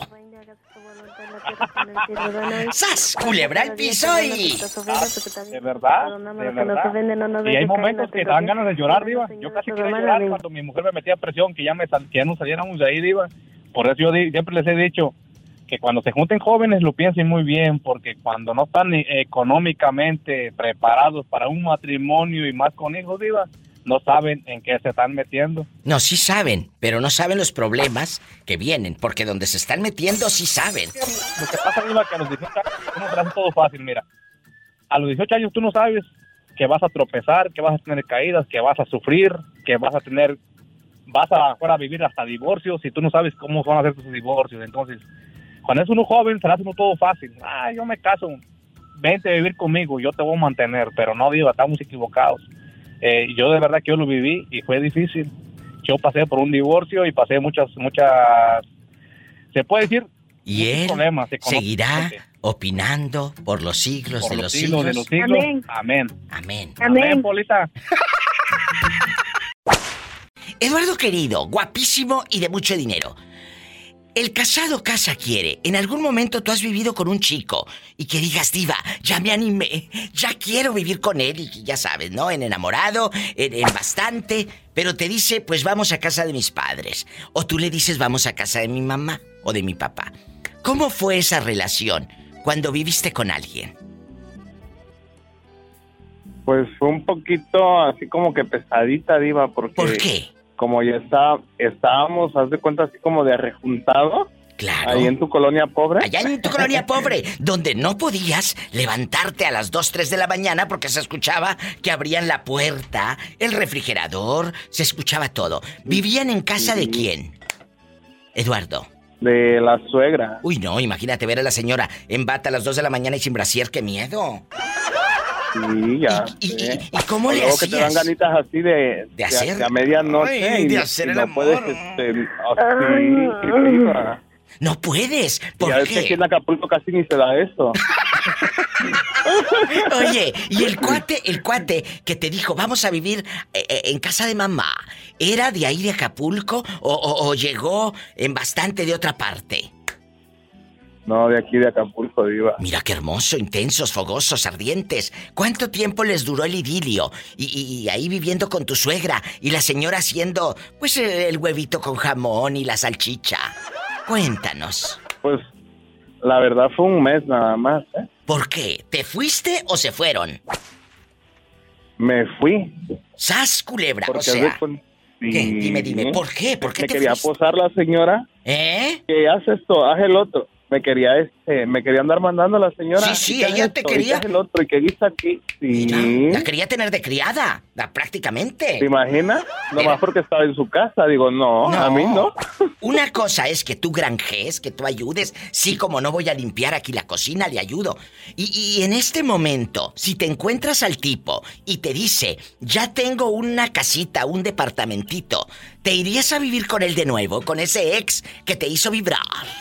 ¡Sas! Culebra al piso y... De verdad, de verdad. Y hay momentos que dan ganas de llorar, Diva. Yo casi quería llorar cuando mi mujer me metía presión, que ya, me sal, que ya no saliéramos de ahí, Diva. Por eso yo di, siempre les he dicho que cuando se junten jóvenes lo piensen muy bien, porque cuando no están económicamente preparados para un matrimonio y más con hijos, Diva, no saben en qué se están metiendo. No, sí saben, pero no saben los problemas que vienen, porque donde se están metiendo sí saben. Lo que pasa, Diva, que a los dieciocho años uno se hace todo fácil, mira. A los dieciocho años tú no sabes que vas a tropezar, que vas a tener caídas, que vas a sufrir, que vas a tener... vas a, a vivir hasta divorcios y tú no sabes cómo van a ser tus divorcios. Entonces, cuando es uno joven, se le hace uno todo fácil. Ah, yo me caso, vente a vivir conmigo, yo te voy a mantener. Pero no, Diva, estamos equivocados. Eh, yo de verdad que yo lo viví y fue difícil. yo pasé por un divorcio y pasé muchas, muchas, se puede decir, y él problemas seguirá opinando por los siglos por de los, los siglos. De los siglos. Amén. Amén. Amén. Amén, Amén Polita. Eduardo querido, guapísimo y de mucho dinero. El casado casa quiere. En algún momento tú has vivido con un chico y que digas, diva, ya me animé, ya quiero vivir con él. Y ya sabes, ¿no? En enamorado, en, en bastante. Pero te dice, pues vamos a casa de mis padres. O tú le dices, vamos a casa de mi mamá o de mi papá. ¿Cómo fue esa relación cuando viviste con alguien? Pues fue un poquito así como que pesadita, diva, porque... ¿Por qué? Como ya está, estábamos, haz de cuenta, así como de rejuntado. Claro. Ahí en tu colonia pobre. Allá en tu colonia pobre, donde no podías levantarte a las dos, tres de la mañana porque se escuchaba que abrían la puerta, el refrigerador, se escuchaba todo. ¿Vivían en casa de quién, Eduardo? De la suegra. Uy, no, imagínate ver a la señora en bata a las dos de la mañana y sin brasier, ¡qué miedo! Sí, ya. ¿Y, y, y, y cómo le hacías? hacías? Que te dan ganitas así de... ¿De hacer? De, de a medianoche. Ay, y de hacer y el no amor. Puedes, este, así, no puedes, ¿por ya qué? Es que aquí en Acapulco casi ni se da eso. Oye, y el cuate, el cuate que te dijo, vamos a vivir eh, en casa de mamá, ¿era de ahí de Acapulco o, o, o llegó en bastante de otra parte? No, de aquí de Acapulco, diva. Mira qué hermoso, intensos, fogosos, ardientes. ¿Cuánto tiempo les duró el idilio? Y, y, y ahí viviendo con tu suegra y la señora haciendo, pues, el huevito con jamón y la salchicha. Cuéntanos. Pues, la verdad fue un mes nada más, ¿eh? ¿Por qué? ¿Te fuiste o se fueron? Me fui. ¡Sas, culebra! Porque o sea... con... ¿Qué? Dime, dime, ¿por qué? ¿Por qué me te quería fuiste? posar la señora. ¿Eh? Que haz esto, haz el otro. Me quería, este, me quería andar mandando a la señora. Sí, sí, ella te quería. Y el otro, y que dice aquí. Sí. Mira, la quería tener de criada, la, prácticamente. ¿Te imaginas? Nomás Era... porque estaba en su casa. Digo, no, no, a mí no. Una cosa es que tú granjes, que tú ayudes. Sí, como no voy a limpiar aquí la cocina, le ayudo. Y, y en este momento, si te encuentras al tipo y te dice, ya tengo una casita, un departamentito, ¿te irías a vivir con él de nuevo, con ese ex que te hizo vibrar?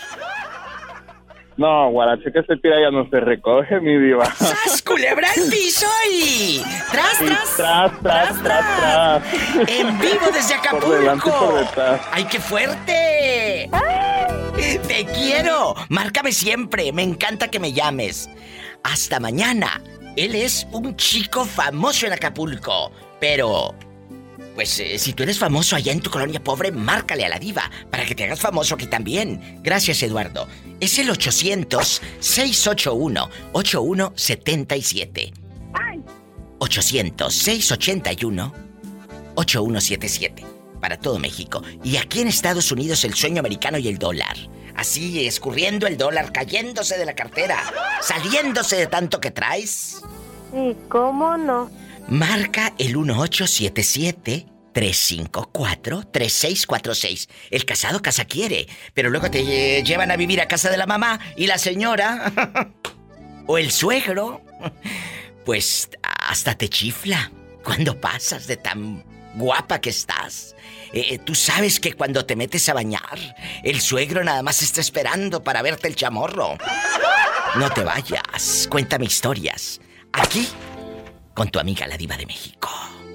No, guarache que se tira ya no se recoge, mi diva. ¡Sas, culebra al piso y... ¡Tras, tras! ¡Tras, tras, tras, tras! ¡En vivo desde Acapulco! Por delante y por detrás. ¡Ay, qué fuerte! ¡Ay! ¡Te quiero! Márcame siempre, me encanta que me llames. Hasta mañana. Él es un chico famoso en Acapulco, pero... Pues eh, si tú eres famoso allá en tu colonia pobre, márcale a la diva para que te hagas famoso aquí también. Gracias, Eduardo. Es el ochocientos, seiscientos ochenta y uno, ochenta y uno setenta y siete. ochocientos, seiscientos ochenta y uno, ochenta y uno setenta y siete. Para todo México. Y aquí en Estados Unidos el sueño americano y el dólar. Así, escurriendo el dólar, cayéndose de la cartera, saliéndose de tanto que traes. Sí, ¿cómo no? Marca el uno ocho siete siete, tres cinco cuatro, tres seis cuatro seis. El casado casa quiere, pero luego te llevan a vivir a casa de la mamá y la señora o el suegro, pues hasta te chifla cuando pasas de tan guapa que estás. Eh, tú sabes que cuando te metes a bañar, el suegro nada más está esperando para verte el chamorro. No te vayas, cuéntame historias. Aquí con tu amiga la Diva de México.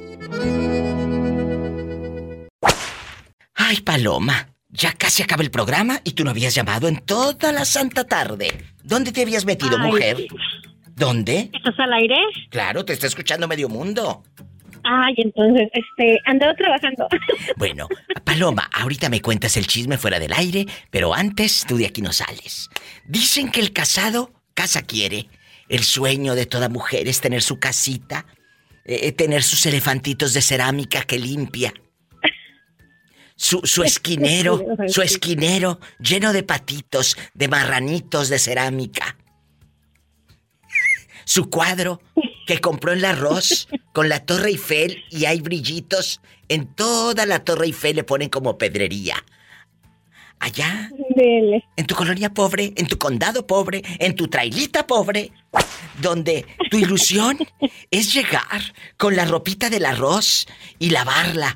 Ay, Paloma, ya casi acaba el programa y tú no habías llamado en toda la santa tarde. ¿Dónde te habías metido, Ay, mujer? ¿Dónde? ¿Estás al aire? Claro, te está escuchando medio mundo. Ay, entonces, este, andaba trabajando. Bueno, Paloma, ahorita me cuentas el chisme fuera del aire, pero antes tú de aquí no sales. Dicen que el casado casa quiere. El sueño de toda mujer es tener su casita, eh, tener sus elefantitos de cerámica que limpia. Su, su esquinero, su esquinero lleno de patitos, de marranitos de cerámica. Su cuadro que compró en la Ross con la Torre Eiffel y hay brillitos. En toda la Torre Eiffel le ponen como pedrería. Allá, Dele. en tu colonia pobre, en tu condado pobre, en tu trailita pobre, donde tu ilusión es llegar con la ropita del arroz y lavarla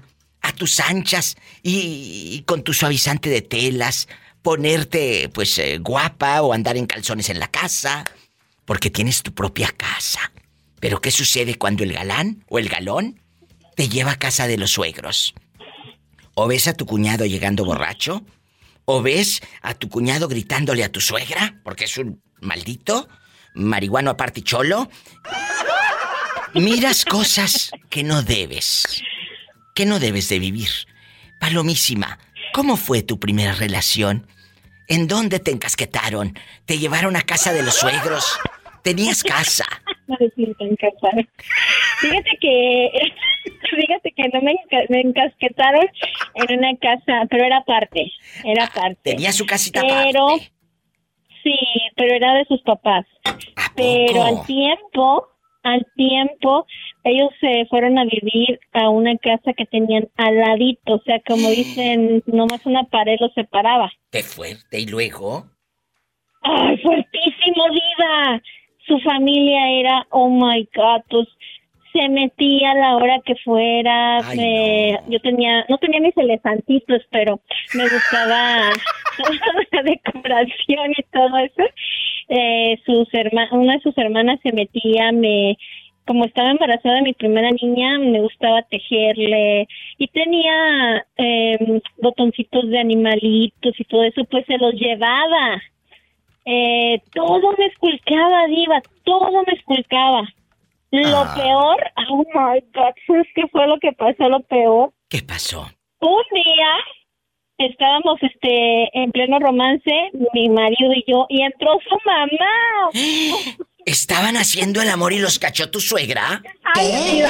a tus anchas y, y con tu suavizante de telas, ponerte, pues, eh, guapa o andar en calzones en la casa, porque tienes tu propia casa. Pero ¿qué sucede cuando el galán o el galón te lleva a casa de los suegros? O ves a tu cuñado llegando borracho, o ves a tu cuñado gritándole a tu suegra, porque es un maldito, marihuano aparte cholo. Miras cosas que no debes, que no debes de vivir. Palomísima, ¿cómo fue tu primera relación? ¿En dónde te encasquetaron? ¿Te llevaron a casa de los suegros? ¿Tenías casa? No decir encasquetaron. Fíjate que... Fíjate que no me, enca- me encasquetaron en una casa, pero era parte, era parte. Tenía su casita pero, aparte. Sí, pero era de sus papás. Pero al tiempo, al tiempo, ellos se fueron a vivir a una casa que tenían al ladito, o sea, como dicen, nomás una pared los separaba. ¡Qué fuerte! ¿Y luego? ¡Ay, fuertísimo, diva! Su familia era, oh my God, pues... se metía a la hora que fuera. Ay, eh, no. Yo tenía, no tenía mis elefantitos, pero me gustaba toda la decoración y todo eso. Eh, sus herma- una de sus hermanas se metía, me, como estaba embarazada de mi primera niña, me gustaba tejerle y tenía eh, botoncitos de animalitos y todo eso, pues se los llevaba. Eh, todo me esculcaba, diva, todo me esculcaba. Lo Ah. peor, oh my God, ¿sabes qué fue lo que pasó? Lo peor. ¿Qué pasó? Un día estábamos este en pleno romance, mi marido y yo, y entró su mamá. ¿Estaban haciendo el amor y los cachó tu suegra? Ay, diva.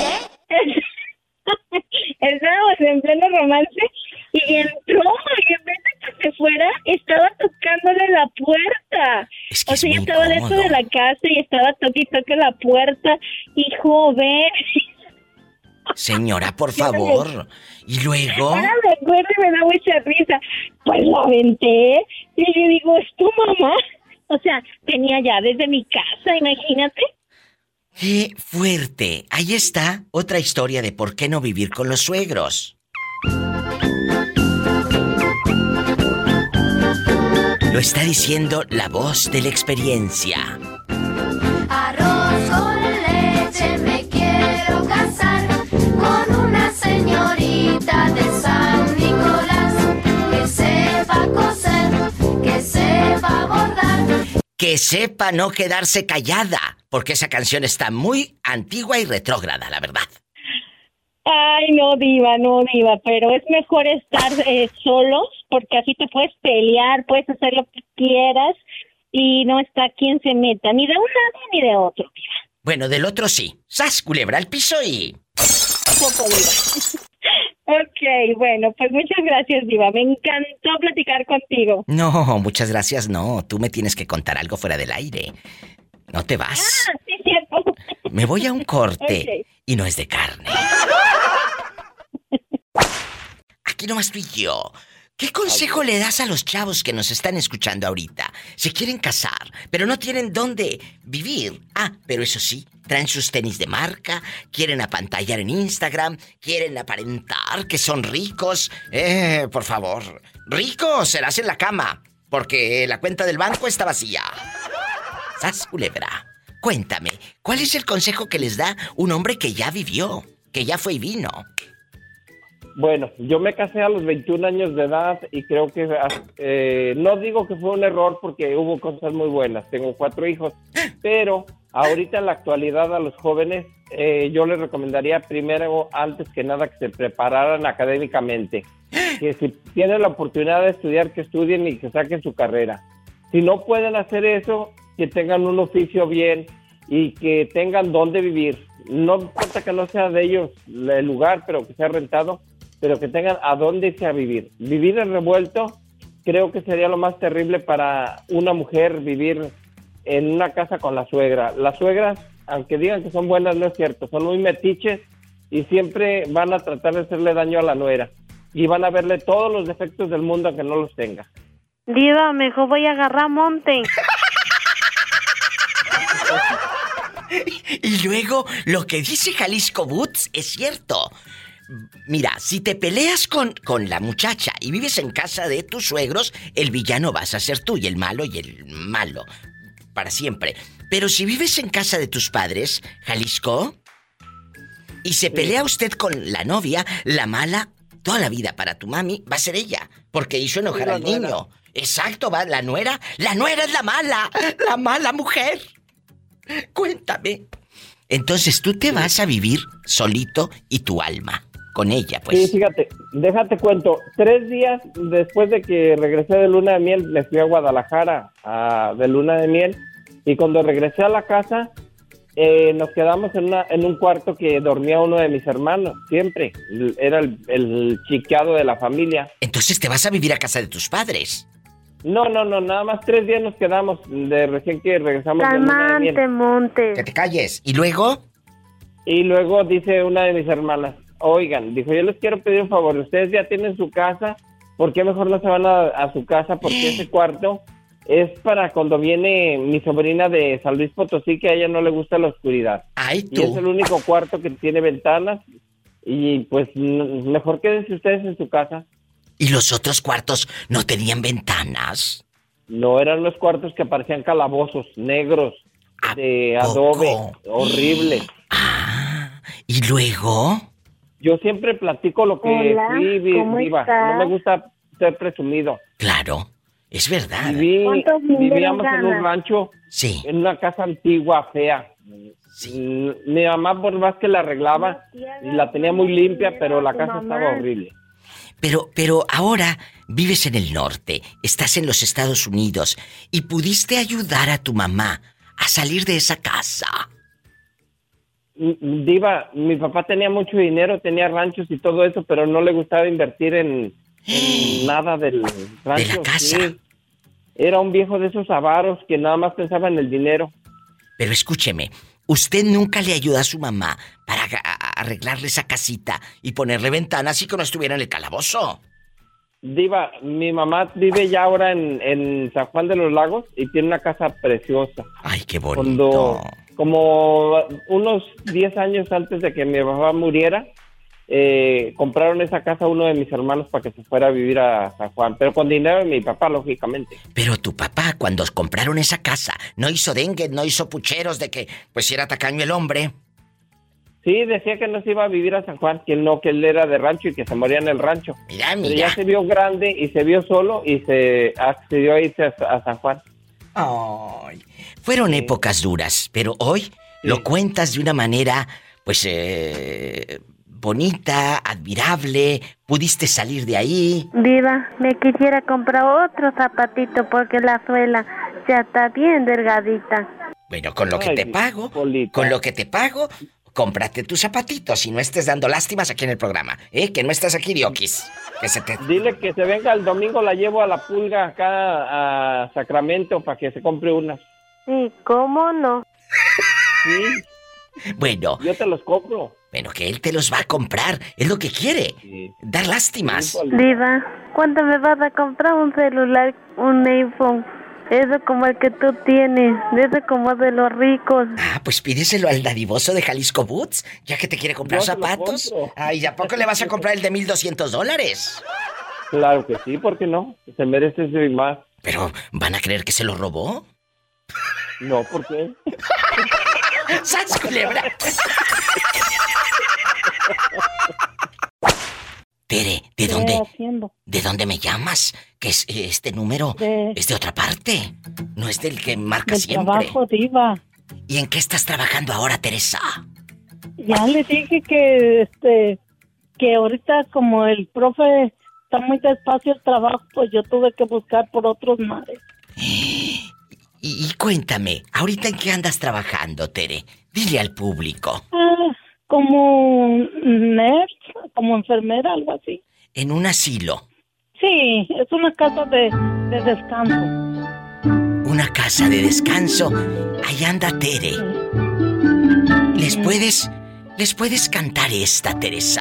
Estábamos en pleno romance y entró, y en vez de que se fuera, estaba tocándole la puerta. Es que o sea, es yo muy estaba dentro incómodo. de la casa y estaba toque y toque la puerta. Hijo, ven. Señora, por favor. ¿Y luego? Ahora me acuerdo y me da mucha risa. Pues lo aventé y yo digo, ¿es tu mamá? O sea, tenía llaves de mi casa, imagínate. ¡Qué fuerte! Ahí está otra historia de por qué no vivir con los suegros. Lo está diciendo la voz de la experiencia. Arroz con leche, me quiero casar con una señorita de San Nicolás que sepa coser, que sepa bordar. Que sepa no quedarse callada, porque esa canción está muy antigua y retrógrada, la verdad. Ay, no, diva, no, diva, pero es mejor estar eh, solos, porque así te puedes pelear, puedes hacer lo que quieras y no está quien se meta, ni de un lado ni de otro, diva. Bueno, del otro sí. ¡Sas, culebra al piso y... Poco, diva. Ok, bueno, pues muchas gracias, diva. Me encantó platicar contigo. No, muchas gracias, no. Tú me tienes que contar algo fuera del aire. No te vas. Ah, sí, cierto. Me voy a un corte Okay. y no es de carne. Aquí nomás tú y yo. ¿Qué consejo le das a los chavos que nos están escuchando ahorita? Se quieren casar, pero no tienen dónde vivir. Ah, pero eso sí, traen sus tenis de marca, quieren apantallar en Instagram, quieren aparentar que son ricos. Eh, por favor, rico serás en la cama, porque la cuenta del banco está vacía. ¡Sas, culebra! Cuéntame, ¿cuál es el consejo que les da un hombre que ya vivió, que ya fue y vino? Bueno, yo me casé a los veintiún años de edad y creo que eh, no digo que fue un error porque hubo cosas muy buenas. Tengo cuatro hijos, pero ahorita en la actualidad a los jóvenes eh, yo les recomendaría primero, antes que nada, que se prepararan académicamente. Que si tienen la oportunidad de estudiar, que estudien y que saquen su carrera. Si no pueden hacer eso, que tengan un oficio bien y que tengan dónde vivir. No importa que no sea de ellos el lugar, pero que sea rentado, pero que tengan a dónde irse a vivir. Vivir en revuelto creo que sería lo más terrible para una mujer, vivir en una casa con la suegra. Las suegras, aunque digan que son buenas, no es cierto, son muy metiches y siempre van a tratar de hacerle daño a la nuera y van a verle todos los defectos del mundo aunque no los tenga. Diva, mejor voy a agarrar monte. Y luego, lo que dice Jalisco Boots es cierto. Mira, si te peleas con, con la muchacha y vives en casa de tus suegros, el villano vas a ser tú y el malo y el malo. Para siempre. Pero si vives en casa de tus padres, Jalisco, y se pelea usted con la novia, la mala, toda la vida para tu mami va a ser ella, porque hizo enojar al niño. Exacto, va, la nuera, la nuera es la mala, la mala mujer. Cuéntame. Entonces tú te vas a vivir solito y tu alma, con ella, pues. Sí, fíjate, déjate cuento. Tres días después de que regresé de luna de miel, me fui a Guadalajara a, de luna de miel. Y cuando regresé a la casa, eh, nos quedamos en, una, en un cuarto que dormía uno de mis hermanos, siempre. Era el, el chiqueado de la familia. Entonces te vas a vivir a casa de tus padres. No, no, no, nada más tres días nos quedamos de recién que regresamos de luna de miel. Calmante, Monte. Que te calles. ¿Y luego? Y luego dice una de mis hermanas, oigan, dijo, yo les quiero pedir un favor, ustedes ya tienen su casa, ¿por qué mejor no se van a, a su casa? Porque ese cuarto es para cuando viene mi sobrina de San Luis Potosí, que a ella no le gusta la oscuridad. Ay, tú. Y es el único cuarto que tiene ventanas, y pues mejor quédense ustedes en su casa. ¿Y los otros cuartos no tenían ventanas? No, eran los cuartos que parecían calabozos, negros, de adobe, horribles. Ah, ¿y luego? Yo siempre platico lo que Hola, fui, vi- ¿cómo viva. estás? No me gusta ser presumido. Claro, es verdad. Viví, ¿Cuántos dinero vivíamos en un ganas? rancho, Sí. en una casa antigua, fea. Sí. Mi mamá por más que la arreglaba, y la tenía muy limpia, pero la tu casa mamá. estaba horrible. Pero, pero ahora vives en el norte, estás en los Estados Unidos y pudiste ayudar a tu mamá a salir de esa casa. Diva, mi papá tenía mucho dinero, tenía ranchos y todo eso, pero no le gustaba invertir en, en nada del rancho. De la casa. Sí. Era un viejo de esos avaros que nada más pensaba en el dinero. Pero escúcheme, ¿usted nunca le ayudó a su mamá para a- arreglarle esa casita y ponerle ventanas y que no estuviera en el calabozo? Diva, mi mamá vive ya ahora en, en San Juan de los Lagos y tiene una casa preciosa. Ay, qué bonito. Cuando, como unos diez años antes de que mi papá muriera, eh, compraron esa casa a uno de mis hermanos para que se fuera a vivir a San Juan, pero con dinero de mi papá, lógicamente. Pero tu papá, cuando compraron esa casa, no hizo dengue, no hizo pucheros de que, pues, si era tacaño el hombre. Sí, decía que no se iba a vivir a San Juan, que no, que él era de rancho y que se moría en el rancho. Mira, Pero mira. ya se vio grande y se vio solo y se accedió a irse a, a San Juan. Ay, fueron épocas duras, pero hoy lo cuentas de una manera, pues, eh, bonita, admirable. Pudiste salir de ahí. Diva, me quisiera comprar otro zapatito porque la suela ya está bien delgadita. Bueno, con lo que Ay, te pago, Polita. con lo que te pago, cómprate tus zapatitos y no estés dando lástimas aquí en el programa, ¿eh? Que no estás aquí, Diokis. Que se te... Dile que se venga el domingo, la llevo a la pulga acá a Sacramento para que se compre unas. Sí, ¿cómo no? Sí, Bueno, yo te los compro. bueno, que él te los va a comprar, es lo que quiere. Sí. Dar lástimas. Diva, ¿cuándo me vas a comprar un celular, un iPhone? Eso como el que tú tienes, eso como de los ricos. Ah, pues pídeselo al dadivoso de Jalisco Boots, ya que te quiere comprar Yo te lo zapatos. compro. Ay, ¿a poco le vas a comprar el de mil doscientos dólares? Claro que sí, ¿por qué no? Se merece eso y más. Pero, ¿van a creer que se lo robó? No, ¿por qué? ¡Sas, culebra! Tere, ¿de dónde? haciendo? ¿De dónde me llamas? Que es, este número De- es de otra parte. No es del que marca Del siempre. trabajo, Diva. ¿Y en qué estás trabajando ahora, Teresa? Ya le dije que este que ahorita como el profe está muy despacio el trabajo, pues yo tuve que buscar por otros mares. Y, y cuéntame, ¿ahorita en qué andas trabajando, Tere? Dile al público. Ah, como nurse, como enfermera, algo así. En un asilo. Sí, es una casa de, de descanso. Una casa de descanso. Ahí anda Tere. ¿Les puedes... les puedes cantar esta, Teresa?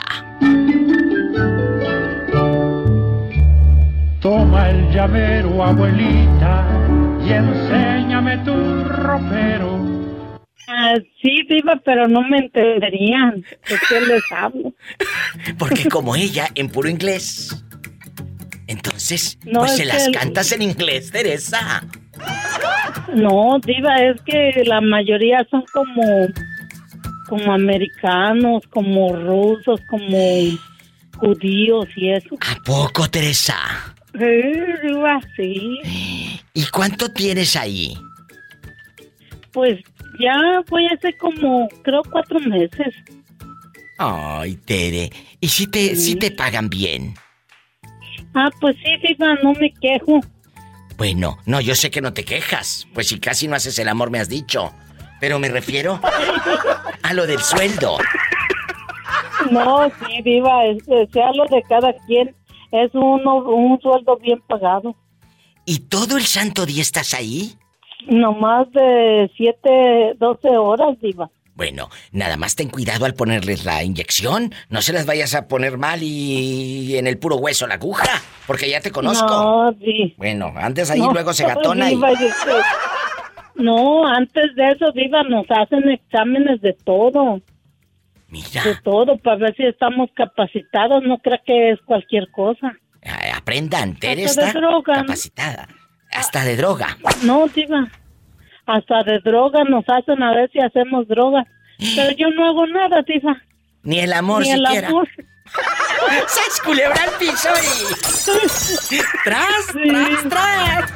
Toma el llavero, abuelita, y enséñame tu ropero. Ah, sí, diva, pero no me entenderían. ¿De qué les hablo? Porque como ella, en puro inglés. Entonces, No, pues es se las que- cantas en inglés, Teresa. No, diva, es que la mayoría son como, como americanos, como rusos, como judíos y eso. ¿A poco, Teresa? Sí, diva, sí. ¿Y cuánto tienes ahí? Pues ya voy a hacer como, creo, cuatro meses. Ay, Tere. ¿Y si te, si te pagan bien? Ah, pues sí, diva, no me quejo. Bueno, no, yo sé que no te quejas. Pues si casi no haces el amor, me has dicho. Pero me refiero a lo del sueldo. No, sí, diva, es, sea lo de cada quien. Es uno, un sueldo bien pagado. ¿Y todo el santo día estás ahí? No más de siete, doce horas, diva. Bueno, nada más ten cuidado al ponerles la inyección. No se las vayas a poner mal y en el puro hueso la aguja, porque ya te conozco. No, sí. Bueno, antes ahí No, luego se gatona y... diva, es que- No, antes de eso, diva, nos hacen exámenes de todo. Mira. De todo, para ver si estamos capacitados. No creo que es cualquier cosa. Ay, aprendan, Tere Hasta de está droga, ¿no? capacitada. Hasta de droga. No, diva. Hasta de droga nos hacen a ver si hacemos droga. Pero yo no hago nada, diva. Ni el amor Ni el siquiera. amor. ¡Sas, culebra al piso y... ¡Tras, tras, tras!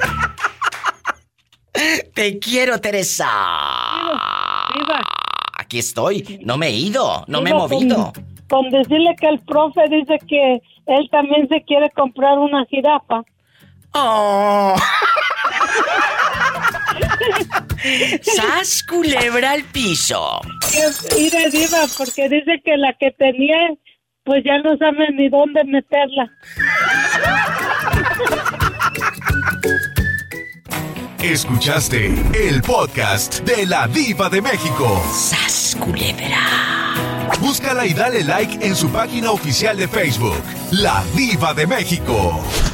Te quiero, Teresa. Diva. Aquí estoy. No me he ido. No me he Diva, movido. Con, con decirle que el profe dice que él también se quiere comprar una jirafa. ¡Oh! ¡Sas, culebra al piso! Mire, diva, porque dice que la que tenía, pues ya no sabe ni dónde meterla. Escuchaste el podcast de La Diva de México. ¡Sas, culebra! Búscala y dale like en su página oficial de Facebook, La Diva de México.